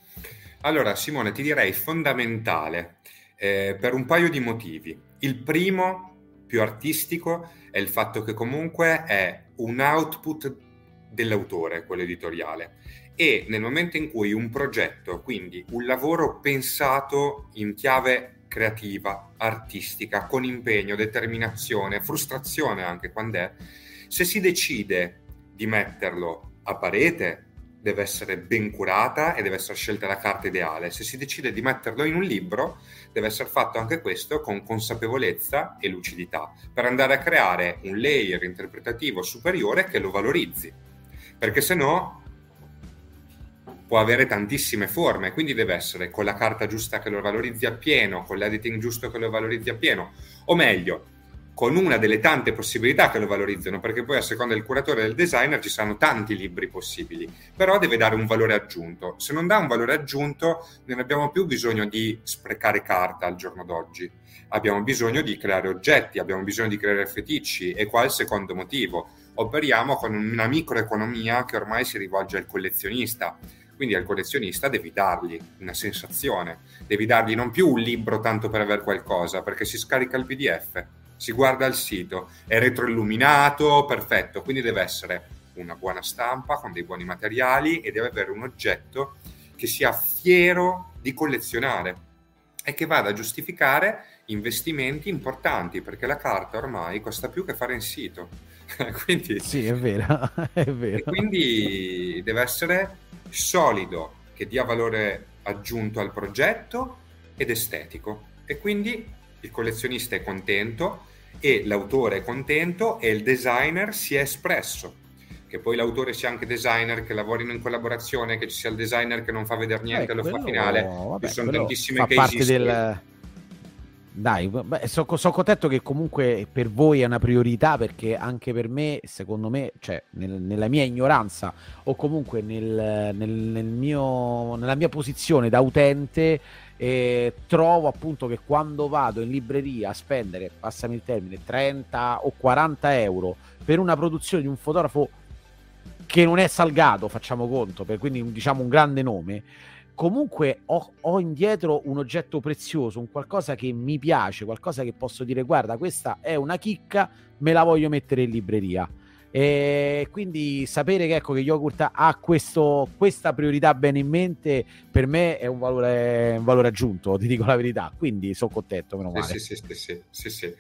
Allora Simone, ti direi fondamentale eh, per un paio di motivi. Il primo, più artistico, è il fatto che comunque è un output dell'autore, quello editoriale, e nel momento in cui un progetto, quindi un lavoro pensato in chiave creativa, artistica, con impegno, determinazione, frustrazione anche quando è, se si decide di metterlo a parete deve essere ben curata e deve essere scelta la carta ideale. Se si decide di metterlo in un libro, deve essere fatto anche questo con consapevolezza e lucidità, per andare a creare un layer interpretativo superiore che lo valorizzi. Perché se no può avere tantissime forme, quindi deve essere con la carta giusta che lo valorizzi appieno, con l'editing giusto che lo valorizzi appieno, o meglio, con una delle tante possibilità che lo valorizzano, perché poi a seconda del curatore e del designer ci saranno tanti libri possibili, però deve dare un valore aggiunto. Se non dà un valore aggiunto non abbiamo più bisogno di sprecare carta al giorno d'oggi, abbiamo bisogno di creare oggetti, abbiamo bisogno di creare feticci, e qua è il secondo motivo. Operiamo con una microeconomia che ormai si rivolge al collezionista, quindi al collezionista devi dargli una sensazione, devi dargli non più un libro tanto per avere qualcosa, perché si scarica il P D F, si guarda il sito, è retroilluminato, perfetto, quindi deve essere una buona stampa con dei buoni materiali e deve avere un oggetto che sia fiero di collezionare e che vada a giustificare investimenti importanti, perché la carta ormai costa più che fare in sito. Quindi, sì, è vero, è vero. E quindi deve essere solido, che dia valore aggiunto al progetto ed estetico, e quindi il collezionista è contento e l'autore è contento e il designer si è espresso. Che poi l'autore sia anche designer, che lavorino in collaborazione, che ci sia il designer che non fa vedere niente e eh, lo fa finale, vabbè, ci sono tantissime fa case parte del... Dai, beh, sono so contento che comunque per voi è una priorità, perché anche per me, secondo me, cioè nel, nella mia ignoranza o comunque nel, nel, nel mio, nella mia posizione da utente, eh, trovo appunto che quando vado in libreria a spendere, passami il termine, trenta o quaranta euro per una produzione di un fotografo che non è Salgado, facciamo conto, per quindi diciamo un grande nome, comunque ho, ho indietro un oggetto prezioso, un qualcosa che mi piace, qualcosa che posso dire guarda, questa è una chicca, me la voglio mettere in libreria. E quindi sapere che ecco che Yogurt ha questo, questa priorità bene in mente, per me è un valore, un valore aggiunto, ti dico la verità, quindi sono contento, meno male. Sì, sì, sì, sì, sì, sì.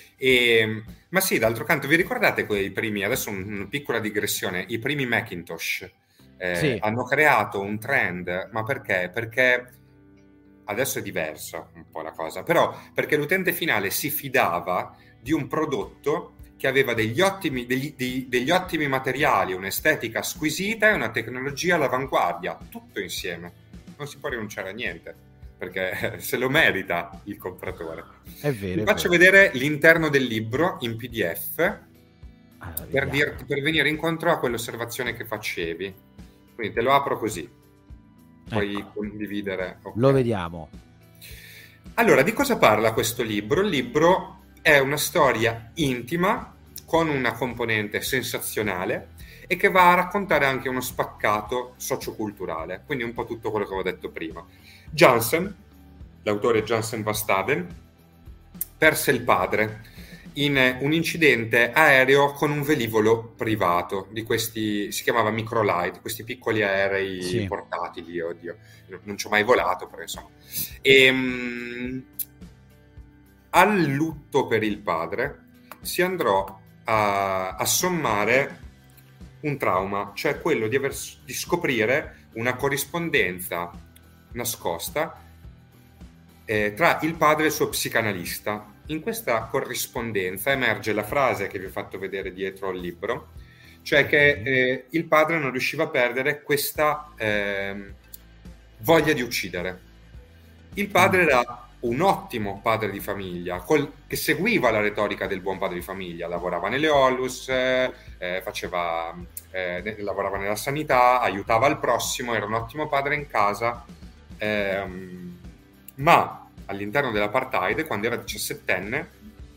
E, ma sì, d'altro canto, vi ricordate quei primi, adesso una piccola digressione, i primi Macintosh? Eh, sì. Hanno creato un trend, ma perché? Perché adesso è diversa un po' la cosa, però perché l'utente finale si fidava di un prodotto che aveva degli ottimi, degli, degli, degli ottimi materiali, un'estetica squisita e una tecnologia all'avanguardia, tutto insieme. Non si può rinunciare a niente, perché se lo merita il compratore. È vero. Vi faccio vero. vedere l'interno del libro in P D F, allora, per, dirti, per venire incontro a quell'osservazione che facevi. Quindi te lo apro così, puoi ecco. condividere. Okay. Lo vediamo. Allora, di cosa parla questo libro? Il libro è è una storia intima con una componente sensazionale e che va a raccontare anche uno spaccato socioculturale, quindi un po' tutto quello che avevo detto prima. Jansen, l'autore Jansen Vastaden, perse il padre in un incidente aereo con un velivolo privato, di questi, si chiamava Microlight, questi piccoli aerei Sì. portatili, oddio, non ci ho mai volato, però insomma. E, mh, al lutto per il padre si andrò a, a sommare un trauma, cioè quello di, aver, di scoprire una corrispondenza nascosta eh, tra il padre e il suo psicanalista. In questa corrispondenza emerge la frase che vi ho fatto vedere dietro al libro, cioè che eh, il padre non riusciva a perdere questa eh, voglia di uccidere. Il padre era un ottimo padre di famiglia, col, che seguiva la retorica del buon padre di famiglia, lavorava nelle Onlus, eh, faceva, eh, lavorava nella sanità, aiutava il prossimo, era un ottimo padre in casa, ehm, ma all'interno dell'apartheid, quando era diciassettenne,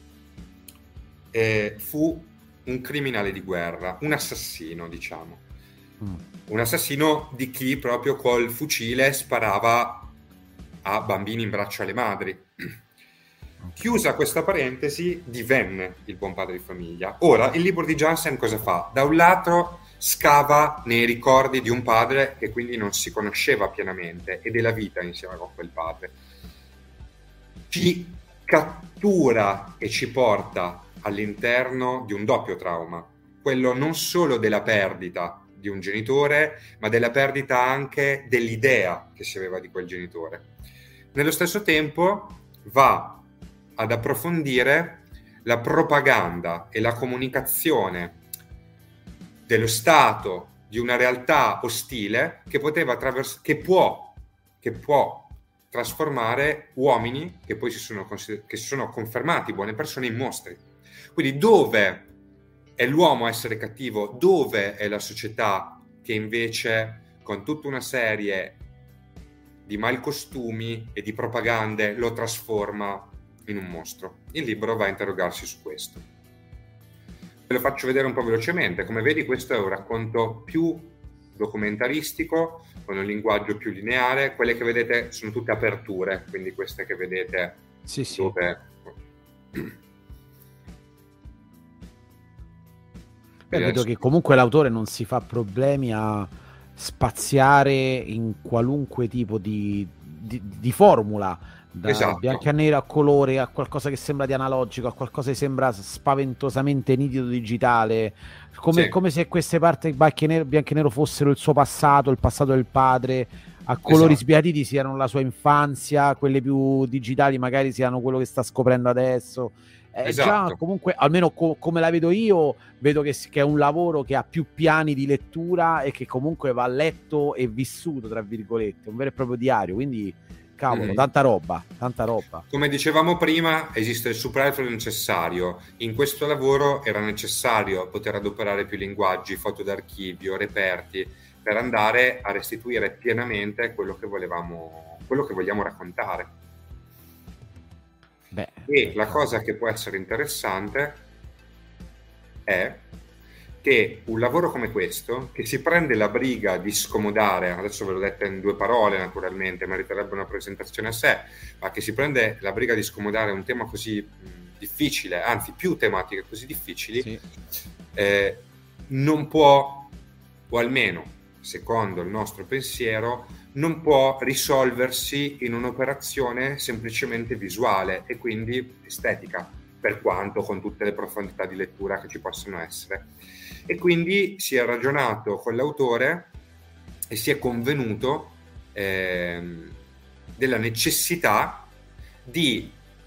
eh, fu un criminale di guerra, un assassino, diciamo. Mm. Un assassino di chi proprio col fucile sparava a bambini in braccio alle madri. Chiusa questa parentesi, divenne il buon padre di famiglia. Ora, il libro di Jansen cosa fa? Da un lato scava nei ricordi di un padre che quindi non si conosceva pienamente e della vita insieme con quel padre. Ci cattura e ci porta all'interno di un doppio trauma, quello non solo della perdita di un genitore, ma della perdita anche dell'idea che si aveva di quel genitore. Nello stesso tempo va ad approfondire la propaganda e la comunicazione dello Stato di una realtà ostile che poteva attraverso, che può, che può trasformare uomini che poi si sono, che si sono confermati buone persone in mostri. Quindi dove è l'uomo a essere cattivo, dove è la società che invece con tutta una serie di malcostumi e di propagande lo trasforma in un mostro. Il libro va a interrogarsi su questo. Ve lo faccio vedere un po' velocemente. Come vedi, questo è un racconto più documentaristico, con un linguaggio più lineare. Quelle che vedete sono tutte aperture, quindi queste che vedete sì, sì. dove... Beh, vedo che comunque l'autore non si fa problemi a spaziare in qualunque tipo di, di, di formula, da esatto. bianco a nero a colore, a qualcosa che sembra di analogico, a qualcosa che sembra spaventosamente nitido digitale, come, sì. come se queste parti bianco e nero, bianco e nero fossero il suo passato, il passato del padre, a colori esatto. sbiaditi siano la sua infanzia, quelle più digitali magari siano quello che sta scoprendo adesso. È esatto. già comunque, almeno co- come la vedo io, vedo che, che è un lavoro che ha più piani di lettura e che comunque va letto e vissuto, tra virgolette, un vero e proprio diario, quindi cavolo, mm. tanta roba, tanta roba. Come dicevamo prima, esiste il superfluo e il necessario. In questo lavoro era necessario poter adoperare più linguaggi, foto d'archivio, reperti, per andare a restituire pienamente quello che volevamo, quello che vogliamo raccontare. Beh, e la cosa che può essere interessante è che un lavoro come questo, che si prende la briga di scomodare, adesso ve l'ho detta in due parole naturalmente, meriterebbe una presentazione a sé, ma che si prende la briga di scomodare un tema così mh, difficile, anzi più tematiche così difficili, sì. eh, non può, o almeno secondo il nostro pensiero, non può risolversi in un'operazione semplicemente visuale e quindi estetica, per quanto con tutte le profondità di lettura che ci possono essere. E quindi si è ragionato con l'autore e si è convenuto ehm, della necessità di,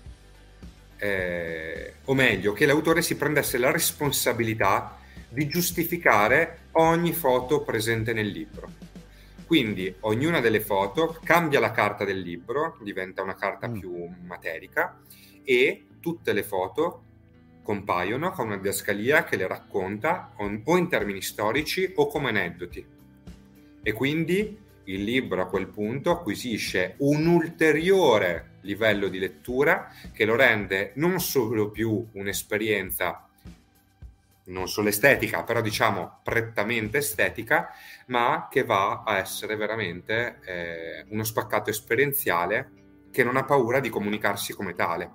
eh, o meglio, che l'autore si prendesse la responsabilità di giustificare ogni foto presente nel libro. Quindi ognuna delle foto cambia la carta del libro, diventa una carta mm. più materica, e tutte le foto compaiono con una didascalia che le racconta o in termini storici o come aneddoti. E quindi il libro a quel punto acquisisce un ulteriore livello di lettura che lo rende non solo più un'esperienza, non solo estetica, però diciamo prettamente estetica, ma che va a essere veramente eh, uno spaccato esperienziale che non ha paura di comunicarsi come tale.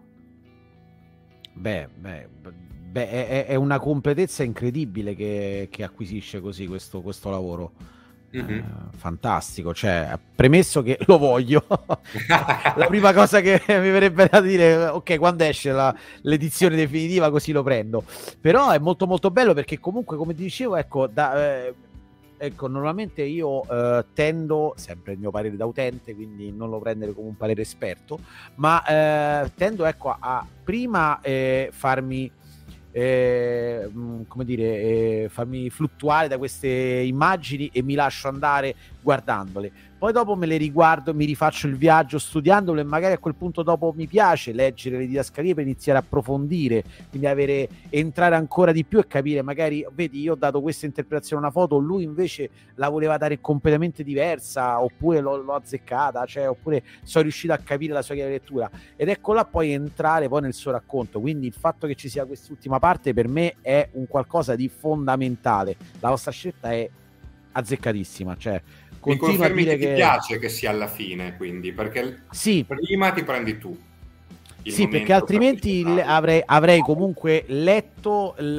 Beh, beh, beh è, è una completezza incredibile che, che acquisisce così questo, questo lavoro. Mm-hmm. Eh, fantastico, cioè, premesso che lo voglio, la prima cosa che mi verrebbe da dire, ok, quando esce la, l'edizione definitiva così lo prendo. Però è molto molto bello perché comunque, come ti dicevo, ecco, da, eh, ecco normalmente io eh, tendo, sempre il mio parere da utente, quindi non lo prendere come un parere esperto, ma eh, tendo ecco a, a prima eh, farmi Eh, come dire, eh, farmi fluttuare da queste immagini e mi lascio andare guardandole, poi dopo me le riguardo, mi rifaccio il viaggio studiandole e magari a quel punto dopo mi piace leggere le didascalie per iniziare a approfondire, quindi avere, entrare ancora di più e capire, magari vedi io ho dato questa interpretazione a una foto, lui invece la voleva dare completamente diversa, oppure l'ho, l'ho azzeccata, cioè, oppure sono riuscito a capire la sua chiave lettura, ed ecco là poi entrare poi nel suo racconto. Quindi il fatto che ci sia quest'ultima parte per me è un qualcosa di fondamentale. La vostra scelta è azzeccatissima, cioè mi confermi che ti che... piace che sia alla fine, quindi, perché sì, prima ti prendi tu. Sì, perché altrimenti avrei, avrei comunque letto il,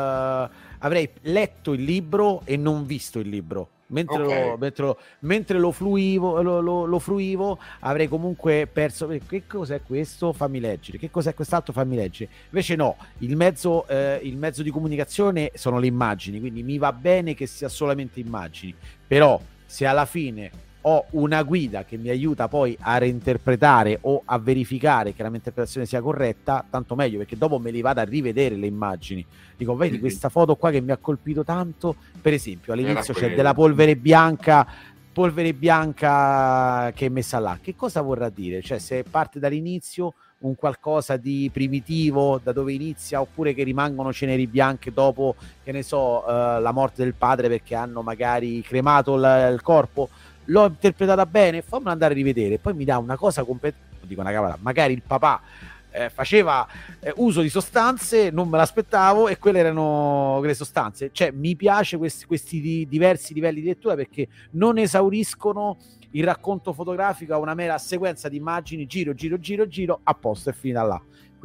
avrei letto il libro e non visto il libro. Mentre, okay. lo, mentre, lo, mentre lo, fluivo, lo, lo, lo fruivo, avrei comunque perso. Che cos'è questo? Fammi leggere. Che cos'è quest'altro? Fammi leggere. Invece no, il mezzo, eh, il mezzo di comunicazione sono le immagini, quindi mi va bene che sia solamente immagini. Però se alla fine ho una guida che mi aiuta poi a reinterpretare o a verificare che la mia interpretazione sia corretta, tanto meglio, perché dopo me li vado a rivedere le immagini. Dico, vedi questa foto qua che mi ha colpito tanto, per esempio all'inizio c'è della polvere bianca, polvere bianca che è messa là. Che cosa vorrà dire? Cioè, se parte dall'inizio un qualcosa di primitivo, da dove inizia, oppure che rimangono ceneri bianche dopo, che ne so, uh, la morte del padre perché hanno magari cremato l- il corpo. L'ho interpretata bene, fammela andare a rivedere. Poi mi dà una cosa completamente, dico una cavolata, magari il papà eh, faceva eh, uso di sostanze, non me l'aspettavo, e quelle erano quelle sostanze. Cioè mi piace questi, questi di, diversi livelli di lettura, perché non esauriscono il racconto fotografico a una mera sequenza di immagini, giro, giro, giro, giro, a posto, è finita là.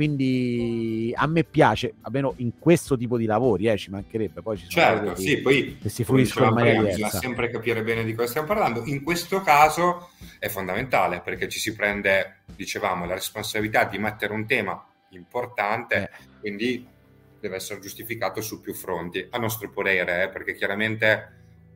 Quindi a me piace, almeno in questo tipo di lavori, eh, ci mancherebbe. Poi ci sono certo, sì, che, poi che si fruiscono in maniera diversa. Bisogna sempre capire bene di cosa stiamo parlando. In questo caso è fondamentale, perché ci si prende, dicevamo, la responsabilità di mettere un tema importante, eh. quindi deve essere giustificato su più fronti, a nostro parere, eh, perché chiaramente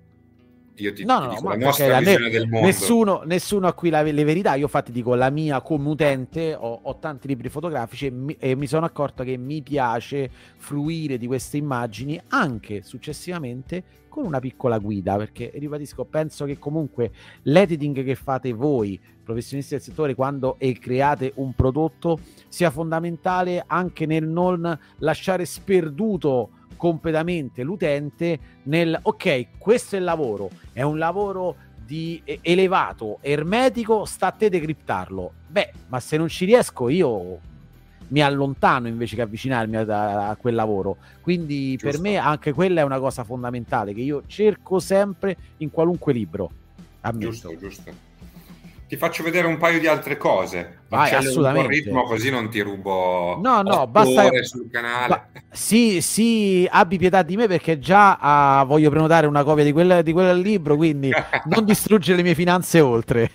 io ti, no, ti no, dico no, la nostra visione ne, del mondo. Nessuno, nessuno a cui la, le verità. Io infatti dico la mia come utente, ho, ho tanti libri fotografici e mi, e mi sono accorto che mi piace fruire di queste immagini anche successivamente con una piccola guida, perché ribadisco, penso che comunque l'editing che fate voi, professionisti del settore, quando e create un prodotto, sia fondamentale anche nel non lasciare sperduto completamente l'utente nel ok, questo è il lavoro, è un lavoro di elevato, ermetico, sta a te decriptarlo. Beh, ma se non ci riesco io mi allontano invece che avvicinarmi a, a quel lavoro. Quindi giusto. Per me anche quella è una cosa fondamentale che io cerco sempre in qualunque libro. Ammetto. Giusto, giusto. Ti faccio vedere un paio di altre cose. Vai, assolutamente. Un po' ritmo, così non ti rubo no, no, basta ore sul canale. Ba- sì, sì, abbi pietà di me, perché già uh, voglio prenotare una copia di quel, di quel libro, quindi non distruggere le mie finanze oltre.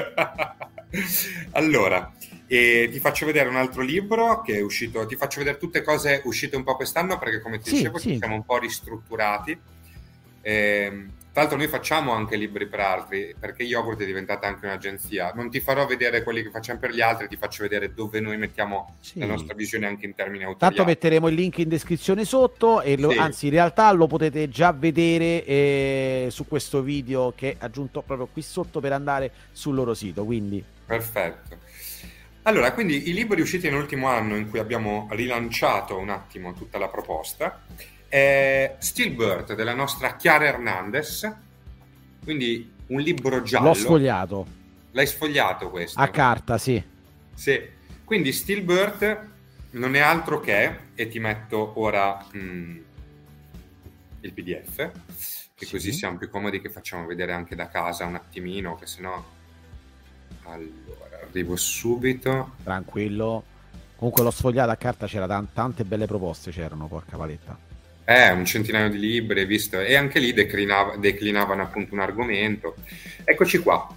Allora, e ti faccio vedere un altro libro che è uscito, ti faccio vedere tutte cose uscite un po' quest'anno, perché come ti sì, dicevo sì. ci siamo un po' ristrutturati. Eh, tra l'altro noi facciamo anche libri per altri, perché Yogurt è diventata anche un'agenzia. Non ti farò vedere quelli che facciamo per gli altri, ti faccio vedere dove noi mettiamo sì. la nostra visione anche in termini autoriali. Tanto metteremo il link in descrizione sotto, e lo, sì. anzi in realtà lo potete già vedere eh, su questo video che è aggiunto proprio qui sotto per andare sul loro sito, quindi perfetto. Allora, quindi i libri usciti nell'ultimo anno, in cui abbiamo rilanciato un attimo tutta la proposta, è Stillbirth della nostra Chiara Hernandez, quindi un libro giallo. L'ho sfogliato. L'hai sfogliato questo? A carta, sì. Sì. Quindi Stillbirth non è altro che, e ti metto ora mh, il P D F, che Sì. così siamo più comodi, che facciamo vedere anche da casa un attimino, che sennò... Allora, arrivo subito. Tranquillo. Comunque l'ho sfogliato a carta, c'era tan- tante belle proposte, c'erano, porca paletta. Eh, un centinaio di libri, visto? E anche lì declinava, declinavano appunto un argomento. Eccoci qua.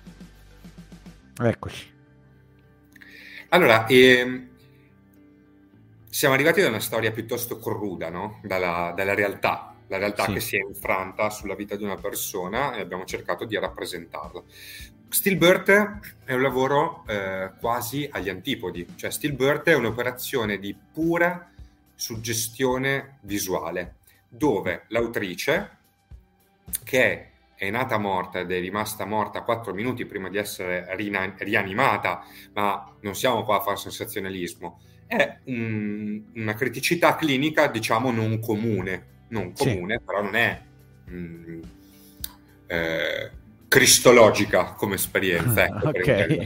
Eccoci. Allora, ehm, siamo arrivati da una storia piuttosto cruda, no? Dalla, dalla realtà, la realtà Sì. che si è infranta sulla vita di una persona, e abbiamo cercato di rappresentarla. Stillbirth è un lavoro eh, quasi agli antipodi, cioè Stillbirth è un'operazione di pura suggestione visuale, dove l'autrice, che è nata morta ed è rimasta morta quattro minuti prima di essere rina- rianimata, ma non siamo qua a fare sensazionalismo, è un, una criticità clinica, diciamo, non comune, non comune, sì. Però non è mh, eh, cristologica come esperienza, ecco, Ok. per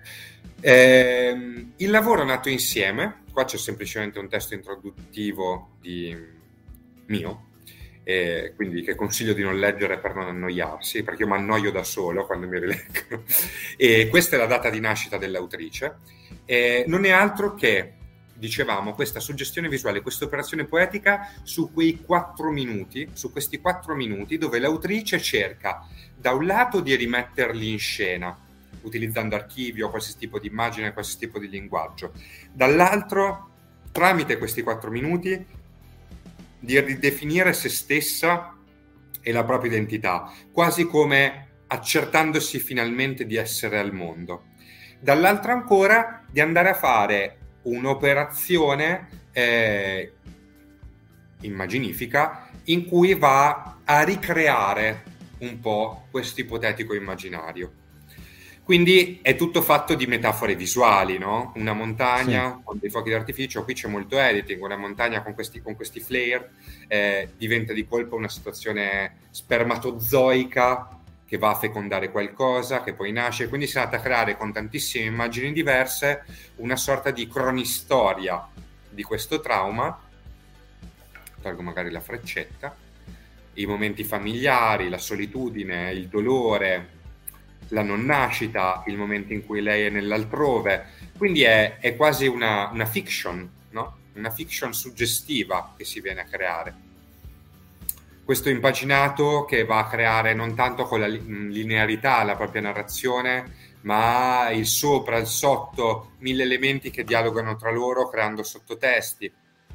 eh, il lavoro è nato insieme. Qua c'è semplicemente un testo introduttivo di mio, eh, quindi che consiglio di non leggere per non annoiarsi, perché io mi annoio da solo quando mi rileggo. E questa è la data di nascita dell'autrice. Eh, non è altro che, dicevamo, questa suggestione visuale, questa operazione poetica su quei quattro minuti, su questi quattro minuti dove l'autrice cerca da un lato di rimetterli in scena, utilizzando archivio, qualsiasi tipo di immagine, qualsiasi tipo di linguaggio, dall'altro, tramite questi quattro minuti, di ridefinire se stessa e la propria identità, quasi come accertandosi finalmente di essere al mondo. Dall'altro ancora, di andare a fare un'operazione eh, immaginifica in cui va a ricreare un po' questo ipotetico immaginario. Quindi è tutto fatto di metafore visuali, no? Una montagna sì. con dei fuochi d'artificio, qui c'è molto editing, una montagna con questi, con questi flare, eh, diventa di colpo una situazione spermatozoica che va a fecondare qualcosa, che poi nasce, quindi si è andata a creare con tantissime immagini diverse una sorta di cronistoria di questo trauma. Tolgo magari la freccetta, i momenti familiari, la solitudine, il dolore, la non nascita, il momento in cui lei è nell'altrove, quindi è, è quasi una, una fiction, no? Una fiction suggestiva che si viene a creare. Questo impaginato che va a creare non tanto con la linearità la propria narrazione, ma il sopra, il sotto, mille elementi che dialogano tra loro creando sottotesti,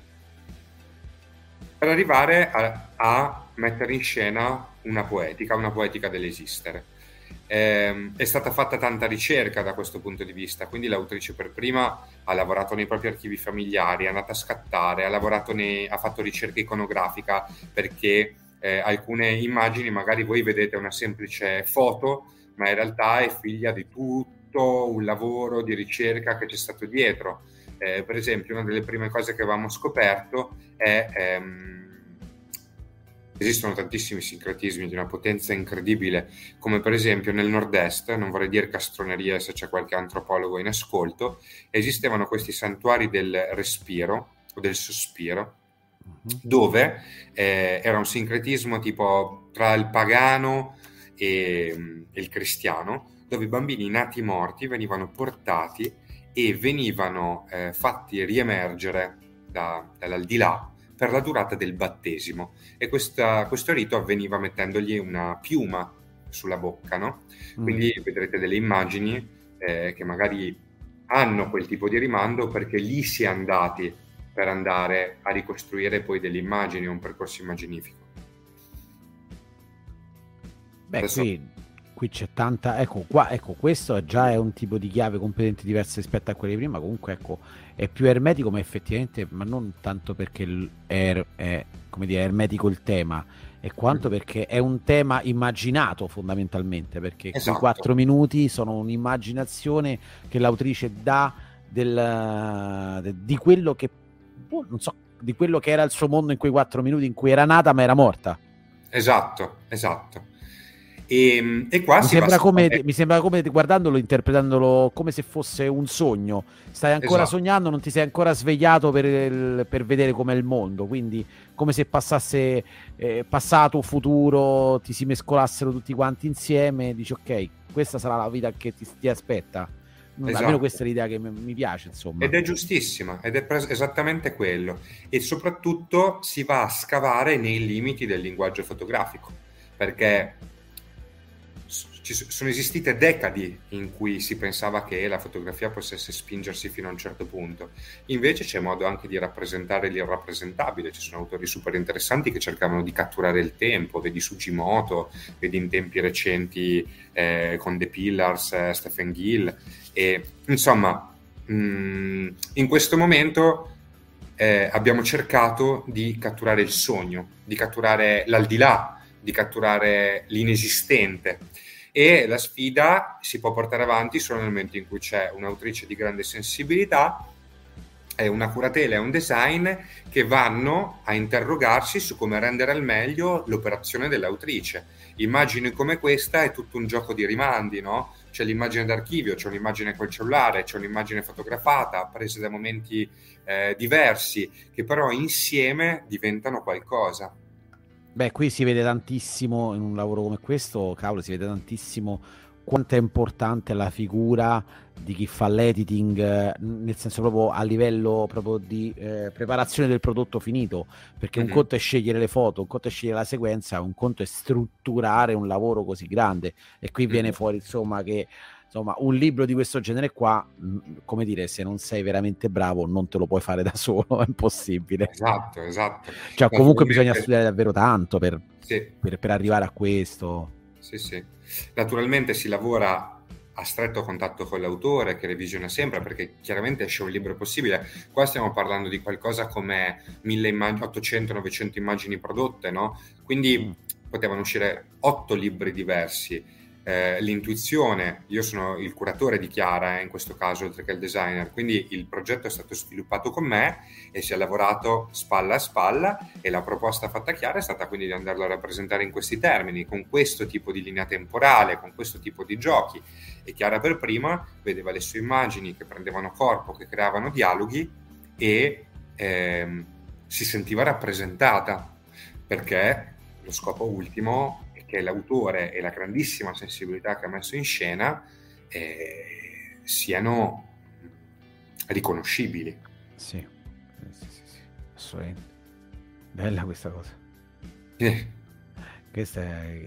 per arrivare a, a mettere in scena una poetica, una poetica dell'esistere. Eh, è stata fatta tanta ricerca da questo punto di vista, quindi l'autrice per prima ha lavorato nei propri archivi familiari, è andata a scattare, ha lavorato nei, ha fatto ricerca iconografica, perché eh, alcune immagini magari voi vedete una semplice foto, ma in realtà è figlia di tutto un lavoro di ricerca che c'è stato dietro. Eh, per esempio, una delle prime cose che avevamo scoperto è ehm, esistono tantissimi sincretismi di una potenza incredibile, come per esempio nel nord-est, non vorrei dire castronerie se c'è qualche antropologo in ascolto, esistevano questi santuari del respiro o del sospiro, uh-huh. dove eh, era un sincretismo tipo tra il pagano e, e il cristiano, dove i bambini nati morti venivano portati e venivano eh, fatti riemergere da, dall'aldilà per la durata del battesimo, e questa, questo rito avveniva mettendogli una piuma sulla bocca, no? Mm. Quindi vedrete delle immagini eh, che magari hanno quel tipo di rimando, perché lì si è andati per andare a ricostruire poi delle immagini, un percorso immaginifico. Beh, Adesso... qui, qui c'è tanta, ecco qua, ecco, questo già è un tipo di chiave completamente diverso rispetto a quelli prima. Comunque, ecco, è più ermetico, ma effettivamente, ma non tanto perché è, è come dire, ermetico il tema, è quanto perché è un tema immaginato fondamentalmente, perché esatto. Quei quattro minuti sono un'immaginazione che l'autrice dà del, de, di quello che boh, non so, di quello che era il suo mondo in quei quattro minuti in cui era nata ma era morta. Esatto, esatto. E, e qua mi si sembra, va come, eh, mi sembra come guardandolo, interpretandolo come se fosse un sogno. Stai ancora esatto. sognando, non ti sei ancora svegliato per, il- per vedere com'è il mondo. Quindi, come se passasse eh, passato o futuro, ti si mescolassero tutti quanti insieme. Dici, ok, questa sarà la vita che ti, ti aspetta. Non- almeno Esatto. questa è l'idea che mi, mi piace, insomma. Ed è giustissima, ed è pres- esattamente quello. E soprattutto si va a scavare nei limiti del linguaggio fotografico, perché s- ci s- sono esistite decadi in cui si pensava che la fotografia potesse spingersi fino a un certo punto. Invece c'è modo anche di rappresentare l'irrappresentabile. Ci sono autori super interessanti che cercavano di catturare il tempo, vedi Sugimoto, vedi in tempi recenti eh, con The Pillars, eh, Stephen Gill. E insomma, mh, in questo momento eh, abbiamo cercato di catturare il sogno, di catturare l'aldilà, di catturare l'inesistente. E la sfida si può portare avanti solo nel momento in cui c'è un'autrice di grande sensibilità, è una curatela e un design che vanno a interrogarsi su come rendere al meglio l'operazione dell'autrice. Immagini come questa è tutto un gioco di rimandi, no? C'è l'immagine d'archivio, c'è un'immagine col cellulare, c'è un'immagine fotografata, prese da momenti eh, diversi, che però insieme diventano qualcosa. Beh, qui si vede tantissimo in un lavoro come questo, cavolo, si vede tantissimo quanto è importante la figura di chi fa l'editing, eh, nel senso proprio a livello proprio di eh, preparazione del prodotto finito, perché un Mhm. conto è scegliere le foto, un conto è scegliere la sequenza, un conto è strutturare un lavoro così grande, e qui viene Mhm. fuori, insomma, che insomma un libro di questo genere qua, mh, come dire, se non sei veramente bravo non te lo puoi fare da solo, è impossibile. Esatto, esatto. Cioè, comunque bisogna Naturalmente, studiare davvero tanto per, sì, per, per arrivare a questo. sì, sì. Naturalmente si lavora a stretto contatto con l'autore che revisiona sempre, perché chiaramente esce un libro possibile. Qua stiamo parlando di qualcosa come mille immag- ottocento novecento immagini prodotte, no? Quindi Mm. potevano uscire otto libri diversi. Eh, l'intuizione, io sono il curatore di Chiara eh, in questo caso, oltre che il designer, quindi il progetto è stato sviluppato con me e si è lavorato spalla a spalla, e la proposta fatta a Chiara è stata quindi di andarlo a rappresentare in questi termini, con questo tipo di linea temporale, con questo tipo di giochi. E Chiara per prima vedeva le sue immagini che prendevano corpo, che creavano dialoghi, e ehm, si sentiva rappresentata, perché lo scopo ultimo è che l'autore e la grandissima sensibilità che ha messo in scena eh, siano riconoscibili. Sì, sì, sì, sì, assolutamente. Bella questa cosa. Eh. Questa è...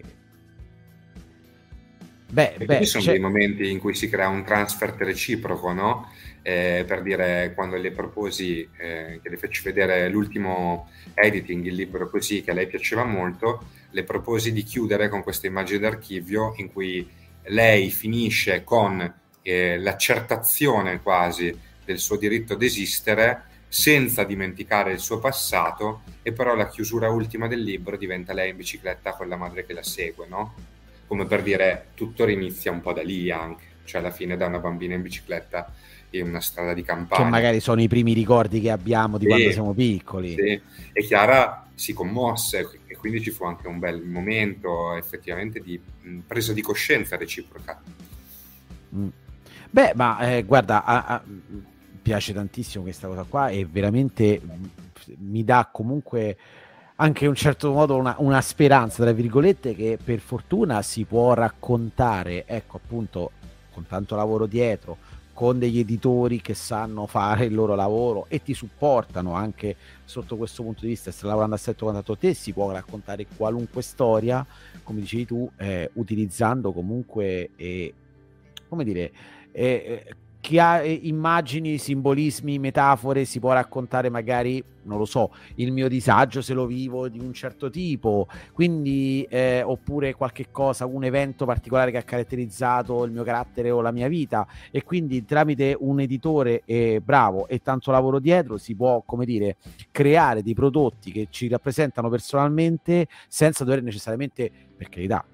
Beh, E questi beh, sono c'è... dei momenti in cui si crea un transfert reciproco, no? Eh, per dire, quando le proposi, eh, che le feci vedere l'ultimo editing, il libro così, che a lei piaceva molto, le proposi di chiudere con questa immagine d'archivio in cui lei finisce con eh, l'accertazione quasi del suo diritto ad esistere, senza dimenticare il suo passato, e però la chiusura ultima del libro diventa lei in bicicletta con la madre che la segue, no? Come per dire, tutto rinizia un po' da lì anche, cioè alla fine da una bambina in bicicletta in una strada di che campagna. magari sono i primi ricordi che abbiamo di quando Sì, siamo piccoli. sì. E Chiara si commosse, e quindi ci fu anche un bel momento effettivamente di mh, presa di coscienza reciproca. Mm. Beh, ma eh, guarda, a, a, mi piace tantissimo questa cosa qua, e veramente mh, mi dà comunque anche in un certo modo una, una speranza, tra virgolette, che per fortuna si può raccontare, ecco, appunto, con tanto lavoro dietro, con degli editori che sanno fare il loro lavoro e ti supportano anche sotto questo punto di vista. Se lavorando a stretto contatto con te, si può raccontare qualunque storia, come dicevi tu, eh, utilizzando comunque, eh, come dire, eh, eh, chi ha eh, immagini, simbolismi, metafore, si può raccontare magari, non lo so, il mio disagio se lo vivo di un certo tipo, quindi eh, oppure qualche cosa, un evento particolare che ha caratterizzato il mio carattere o la mia vita, e quindi tramite un editore eh, bravo e tanto lavoro dietro si può, come dire, creare dei prodotti che ci rappresentano personalmente senza dover necessariamente, per carità,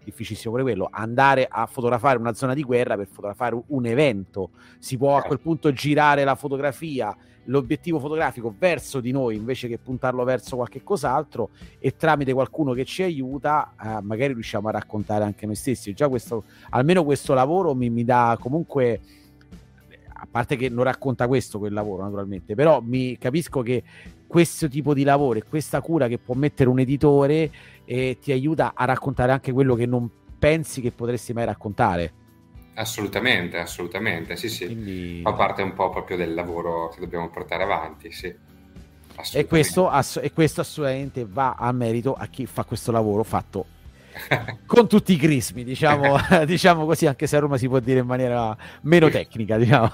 difficilissimo pure quello, andare a fotografare una zona di guerra per fotografare un evento. Si può a quel punto girare la fotografia, l'obiettivo fotografico verso di noi invece che puntarlo verso qualche cos'altro, e tramite qualcuno che ci aiuta eh, magari riusciamo a raccontare anche noi stessi. Già questo, almeno questo lavoro mi, mi dà comunque, a parte che non racconta questo quel lavoro naturalmente, però mi capisco che questo tipo di lavoro e questa cura che può mettere un editore eh, ti aiuta a raccontare anche quello che non pensi che potresti mai raccontare. Assolutamente, assolutamente, sì sì, quindi fa parte un po' proprio del lavoro che dobbiamo portare avanti, sì. E questo, ass- e questo assolutamente va a merito a chi fa questo lavoro fatto con tutti i crismi, diciamo, diciamo così, anche se a Roma si può dire in maniera meno tecnica, diciamo.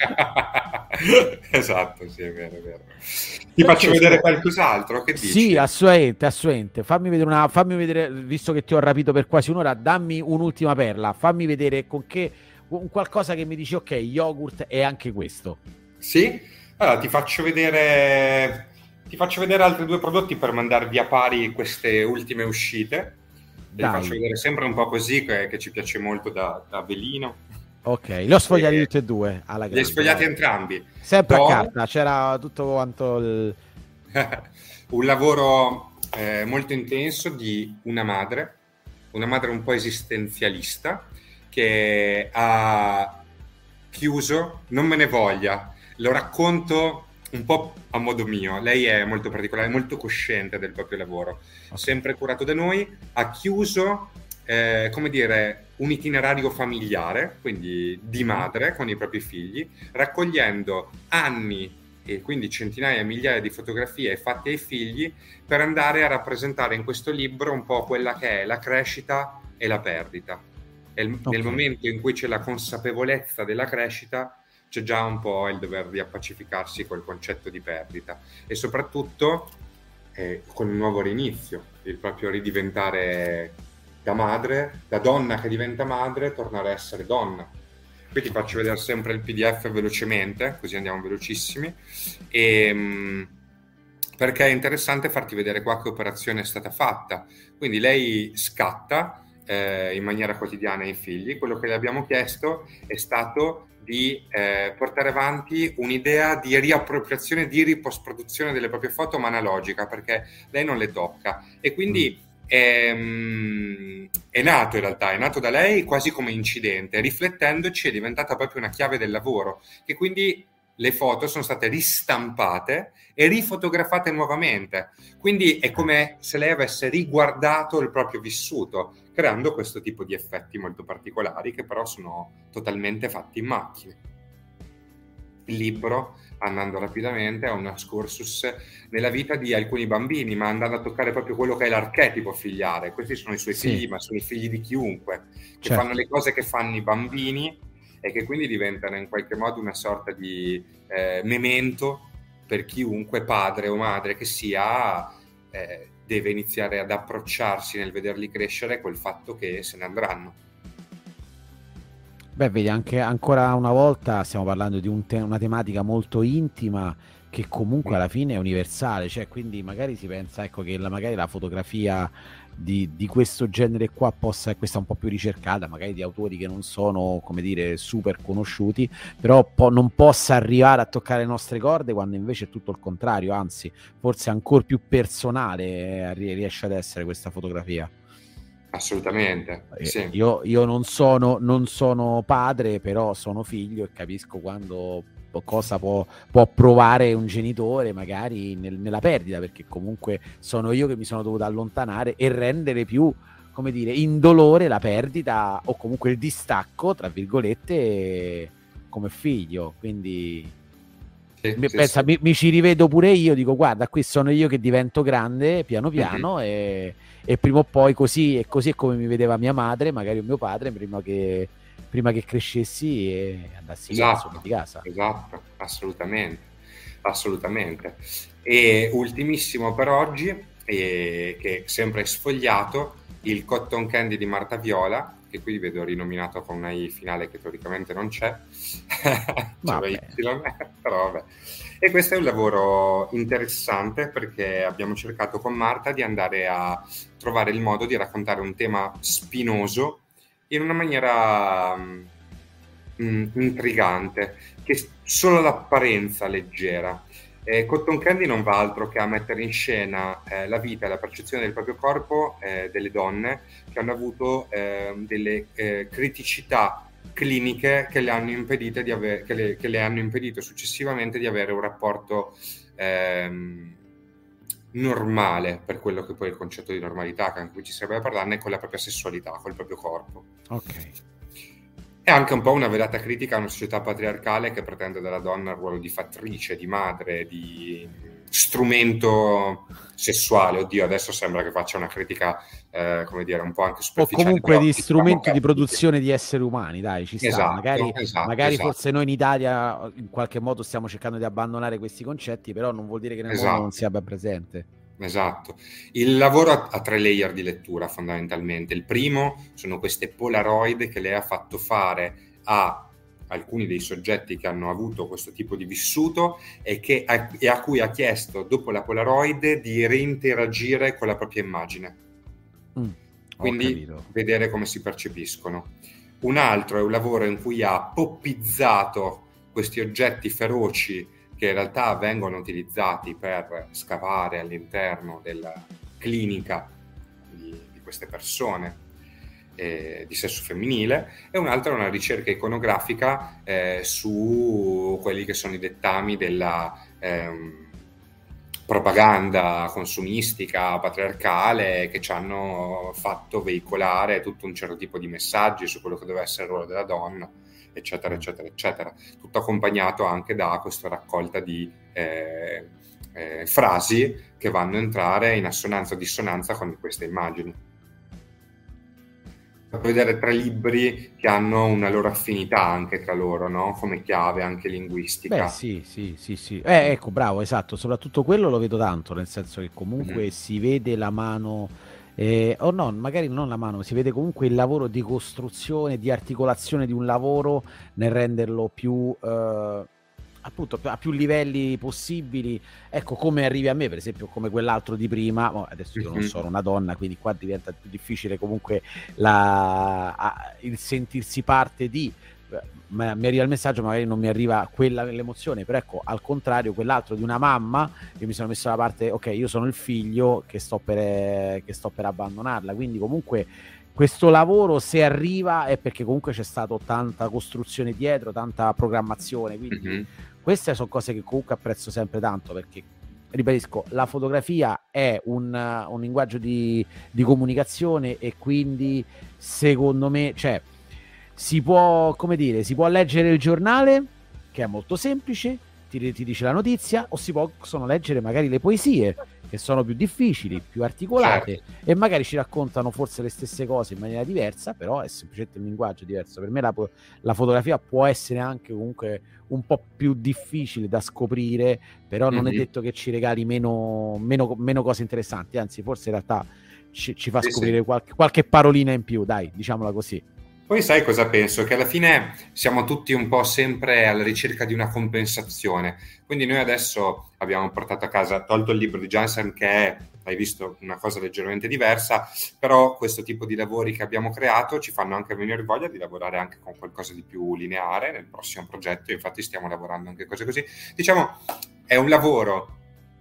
Esatto, sì, è vero, è vero. Ti Perché faccio vedere qualcos'altro, che dici? Sì, assolutamente, assolutamente. Fammi vedere una, fammi vedere, visto che ti ho rapito per quasi un'ora, dammi un'ultima perla, fammi vedere con che, con qualcosa che mi dici, ok, yogurt è anche questo. Sì? Allora, ti faccio vedere, ti faccio vedere altri due prodotti per mandarvi a pari queste ultime uscite. Ti faccio vedere sempre un po' così, che, che ci piace molto da, da Velino. Ok, li ho sfogliati tutti e due alla grande. Li hai sfogliati entrambi. Sempre Don... a carta, c'era tutto quanto il... un lavoro eh, molto intenso di una madre, una madre un po' esistenzialista, che ha chiuso, non me ne voglia, lo racconto un po' a modo mio. Lei è molto particolare, molto cosciente del proprio lavoro, okay. Sempre curato da noi, ha chiuso, eh, come dire, un itinerario familiare, quindi di madre con i propri figli, raccogliendo anni e quindi centinaia e migliaia di fotografie fatte ai figli per andare a rappresentare in questo libro un po' quella che è la crescita e la perdita. E okay. Nel momento in cui c'è la consapevolezza della crescita, c'è già un po' il dover riappacificarsi col concetto di perdita, e soprattutto eh, con un nuovo rinizio, il proprio ridiventare da madre, da donna che diventa madre, tornare a essere donna. Qui ti faccio vedere sempre il P D F velocemente, così andiamo velocissimi, e, perché è interessante farti vedere qua che operazione è stata fatta. Quindi lei scatta eh, in maniera quotidiana ai figli. Quello che le abbiamo chiesto è stato di eh, portare avanti un'idea di riappropriazione, di ripost-produzione delle proprie foto, ma analogica, perché lei non le tocca. E quindi mm. È, è nato in realtà, è nato da lei quasi come incidente, riflettendoci è diventata proprio una chiave del lavoro, che quindi le foto sono state ristampate e rifotografate nuovamente, quindi è come se lei avesse riguardato il proprio vissuto, creando questo tipo di effetti molto particolari che però sono totalmente fatti in macchina. Il libro, andando rapidamente, è un excursus nella vita di alcuni bambini, ma andando a toccare proprio quello che è l'archetipo filiale. Questi sono i suoi sì. figli, ma sono i figli di chiunque, che certo. fanno le cose che fanno i bambini e che quindi diventano in qualche modo una sorta di eh, memento per chiunque padre o madre che sia, eh, deve iniziare ad approcciarsi nel vederli crescere col fatto che se ne andranno. Beh, vedi, anche ancora una volta stiamo parlando di un te- una tematica molto intima che comunque alla fine è universale, cioè quindi magari si pensa, ecco, che la, magari la fotografia di, di questo genere qua possa, e questa un po' più ricercata, magari di autori che non sono, come dire, super conosciuti, però po- non possa arrivare a toccare le nostre corde, quando invece è tutto il contrario, anzi forse ancora più personale eh, riesce ad essere questa fotografia. Assolutamente, sì. Io, io non sono, non sono padre, però sono figlio e capisco quando cosa può, può provare un genitore magari nel, nella perdita, perché comunque sono io che mi sono dovuto allontanare e rendere più, come dire, indolore la perdita o comunque il distacco, tra virgolette, come figlio. Quindi sì, mi, sì, pensa, sì. Mi, mi ci rivedo pure io, dico guarda, qui sono io che divento grande piano piano mm-hmm. e e prima o poi così e così è come mi vedeva mia madre, magari mio padre, prima che, prima che crescessi e andassi esatto, di casa. Esatto, assolutamente, assolutamente. E ultimissimo per oggi, eh, che sempre è sfogliato, il Cotton Candy di Marta Viola, che qui vedo rinominato con una I finale che teoricamente non c'è, c'è Y, però vabbè. E questo è un lavoro interessante perché abbiamo cercato con Marta di andare a trovare il modo di raccontare un tema spinoso in una maniera mh, intrigante, che solo l'apparenza leggera. Eh, Cotton Candy non va altro che a mettere in scena eh, la vita e la percezione del proprio corpo eh, delle donne che hanno avuto eh, delle eh, criticità cliniche che le hanno impedite di avere, che le, che le hanno impedito successivamente di avere un rapporto ehm, normale, per quello che poi è il concetto di normalità, che anche qui ci sarebbe da parlarne, con la propria sessualità, col proprio corpo. Ok. È anche un po' una velata critica a una società patriarcale che pretende dalla donna il ruolo di fattrice, di madre, di strumento sessuale. Oddio, adesso sembra che faccia una critica, eh, come dire, un po' anche superficiale. O comunque di diciamo strumento che... di produzione di esseri umani, dai, ci sta. Esatto, magari esatto, magari esatto. forse noi in Italia in qualche modo stiamo cercando di abbandonare questi concetti, però non vuol dire che nel esatto. mondo non sia ben presente. Esatto. Il lavoro ha, ha tre layer di lettura fondamentalmente. Il primo sono queste Polaroid che lei ha fatto fare a alcuni dei soggetti che hanno avuto questo tipo di vissuto e, che, a, e a cui ha chiesto dopo la Polaroid di reinteragire con la propria immagine. Mm, Quindi vedere come si percepiscono. Un altro è un lavoro in cui ha poppizzato questi oggetti feroci che in realtà vengono utilizzati per scavare all'interno della clinica di, di queste persone eh, di sesso femminile, e un altro è una ricerca iconografica eh, su quelli che sono i dettami della ehm, propaganda consumistica patriarcale che ci hanno fatto veicolare tutto un certo tipo di messaggi su quello che deve essere il ruolo della donna, eccetera eccetera eccetera, tutto accompagnato anche da questa raccolta di eh, eh, frasi che vanno a entrare in assonanza o dissonanza con queste immagini. Per vedere tre libri che hanno una loro affinità anche tra loro, no? Come chiave anche linguistica. Beh sì, sì, sì, sì. Eh, ecco, bravo, esatto, soprattutto quello lo vedo tanto, nel senso che comunque mm-hmm. si vede la mano Eh, o no, magari non la mano, si vede comunque il lavoro di costruzione, di articolazione di un lavoro nel renderlo più eh, appunto a più livelli possibili. Ecco, come arrivi a me, per esempio, come quell'altro di prima. Oh, adesso io non sono una donna, quindi qua diventa più difficile comunque la, a, il sentirsi parte di. Ma mi arriva il messaggio, magari non mi arriva quella l'emozione, però ecco, al contrario, quell'altro di una mamma, io mi sono messo da parte, ok, io sono il figlio che sto per, che sto per abbandonarla, quindi comunque questo lavoro, se arriva, è perché comunque c'è stato tanta costruzione dietro, tanta programmazione, quindi mm-hmm. queste sono cose che comunque apprezzo sempre tanto, perché ribadisco, la fotografia è un, un linguaggio di, di comunicazione, e quindi secondo me, cioè si può, come dire, si può leggere il giornale, che è molto semplice, ti, ti dice la notizia, o si possono leggere magari le poesie, che sono più difficili, più articolate, certo. e magari ci raccontano forse le stesse cose in maniera diversa, però è semplicemente un linguaggio diverso. Per me la, la fotografia può essere anche comunque un po' più difficile da scoprire, però mm-hmm. non è detto che ci regali meno, meno, meno cose interessanti, anzi forse in realtà ci, ci fa sì, scoprire sì. Qualche, qualche parolina in più, dai, diciamola così. Poi sai cosa penso? Che alla fine siamo tutti un po' sempre alla ricerca di una compensazione. Quindi noi adesso abbiamo portato a casa, tolto il libro di Jansen, che è, hai visto, una cosa leggermente diversa, però questo tipo di lavori che abbiamo creato ci fanno anche venire voglia di lavorare anche con qualcosa di più lineare nel prossimo progetto. Infatti stiamo lavorando anche cose così. Diciamo, è un lavoro,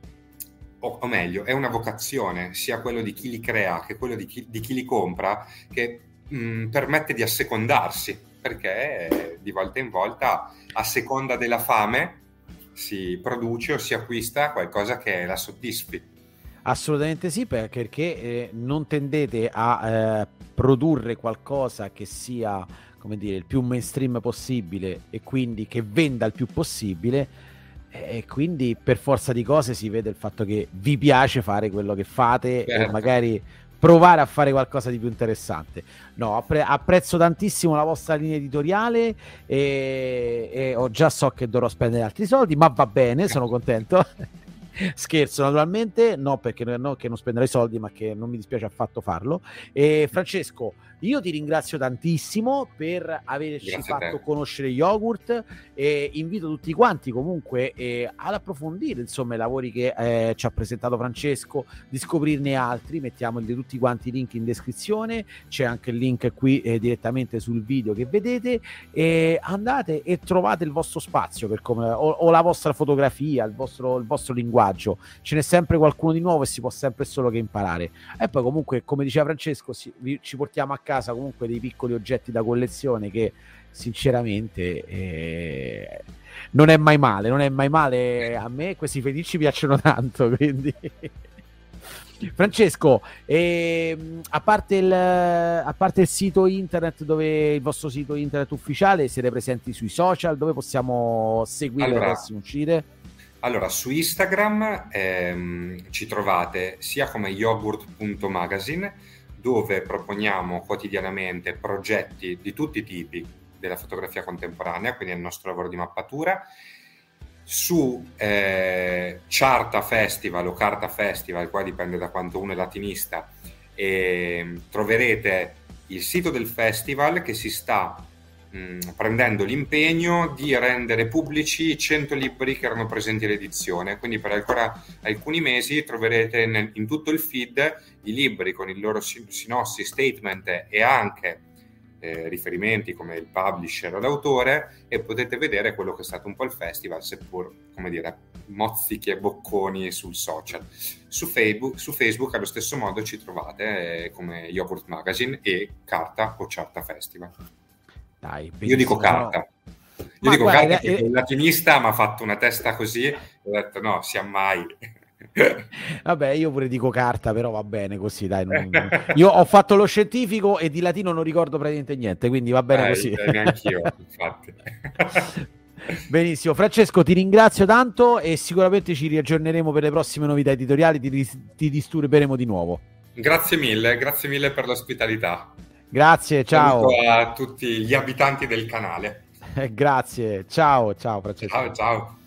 o, o meglio, è una vocazione, sia quello di chi li crea che quello di chi, di chi li compra, che mh, permette di assecondarsi, perché di volta in volta, a seconda della fame, si produce o si acquista qualcosa che la soddisfi. Assolutamente sì, perché eh, non tendete a eh, produrre qualcosa che sia, come dire, il più mainstream possibile e quindi che venda il più possibile, e quindi per forza di cose si vede il fatto che vi piace fare quello che fate, certo. E magari provare a fare qualcosa di più interessante. No, appre- apprezzo tantissimo la vostra linea editoriale e, e ho già so che dovrò spendere altri soldi, ma va bene, sono contento. Scherzo, naturalmente, no, perché no, che non spenderei soldi, ma che non mi dispiace affatto farlo. E Francesco, io ti ringrazio tantissimo per averci Grazie fatto conoscere Yogurt, e invito tutti quanti comunque eh, ad approfondire insomma i lavori che eh, ci ha presentato Francesco, di scoprirne altri. Mettiamo tutti quanti i link in descrizione, c'è anche il link qui eh, direttamente sul video che vedete, e andate e trovate il vostro spazio per come, o, o la vostra fotografia, il vostro, il vostro linguaggio. Ce n'è sempre qualcuno di nuovo e si può sempre solo che imparare. E poi comunque, come diceva Francesco, si, ci portiamo a casa comunque dei piccoli oggetti da collezione che sinceramente eh, non è mai male, non è mai male. A me questi fetici piacciono tanto, quindi Francesco, eh, a parte il a parte il sito internet, dove il vostro sito internet ufficiale, siete presenti sui social, dove possiamo seguire allora, le prossime uscite? Allora, su Instagram ehm, ci trovate sia come yogurt punto magazine, dove proponiamo quotidianamente progetti di tutti i tipi della fotografia contemporanea, quindi il nostro lavoro di mappatura. Su eh, Charta Festival o Carta Festival, qua dipende da quanto uno è latinista, e troverete il sito del festival che si sta mh, prendendo l'impegno di rendere pubblici i cento libri che erano presenti all'edizione, quindi per ancora alcuni mesi troverete nel, in tutto il feed i libri con il loro sinossi, statement e anche Eh, riferimenti come il publisher o l'autore, e potete vedere quello che è stato un po' il festival, seppur, come dire, mozzichi e bocconi sul social. Su Facebook, su Facebook allo stesso modo ci trovate eh, come Yogurt Magazine e Carta o Charta Festival. Dai, io dico Carta. Io Ma dico guarda, Carta perché eh... il latinista mi ha fatto una testa così e ho detto no, sia mai. Vabbè, io pure dico Carta, però va bene così, dai. Non... Io ho fatto lo scientifico e di latino non ricordo praticamente niente, quindi va bene eh, così. Eh, neanch'io, infatti. Benissimo, Francesco, ti ringrazio tanto e sicuramente ci riaggiorneremo per le prossime novità editoriali, ti, ti disturberemo di nuovo. Grazie mille, grazie mille per l'ospitalità. Grazie, ciao. Saluto a tutti gli abitanti del canale. Grazie, ciao, ciao Francesco. Ciao, ciao.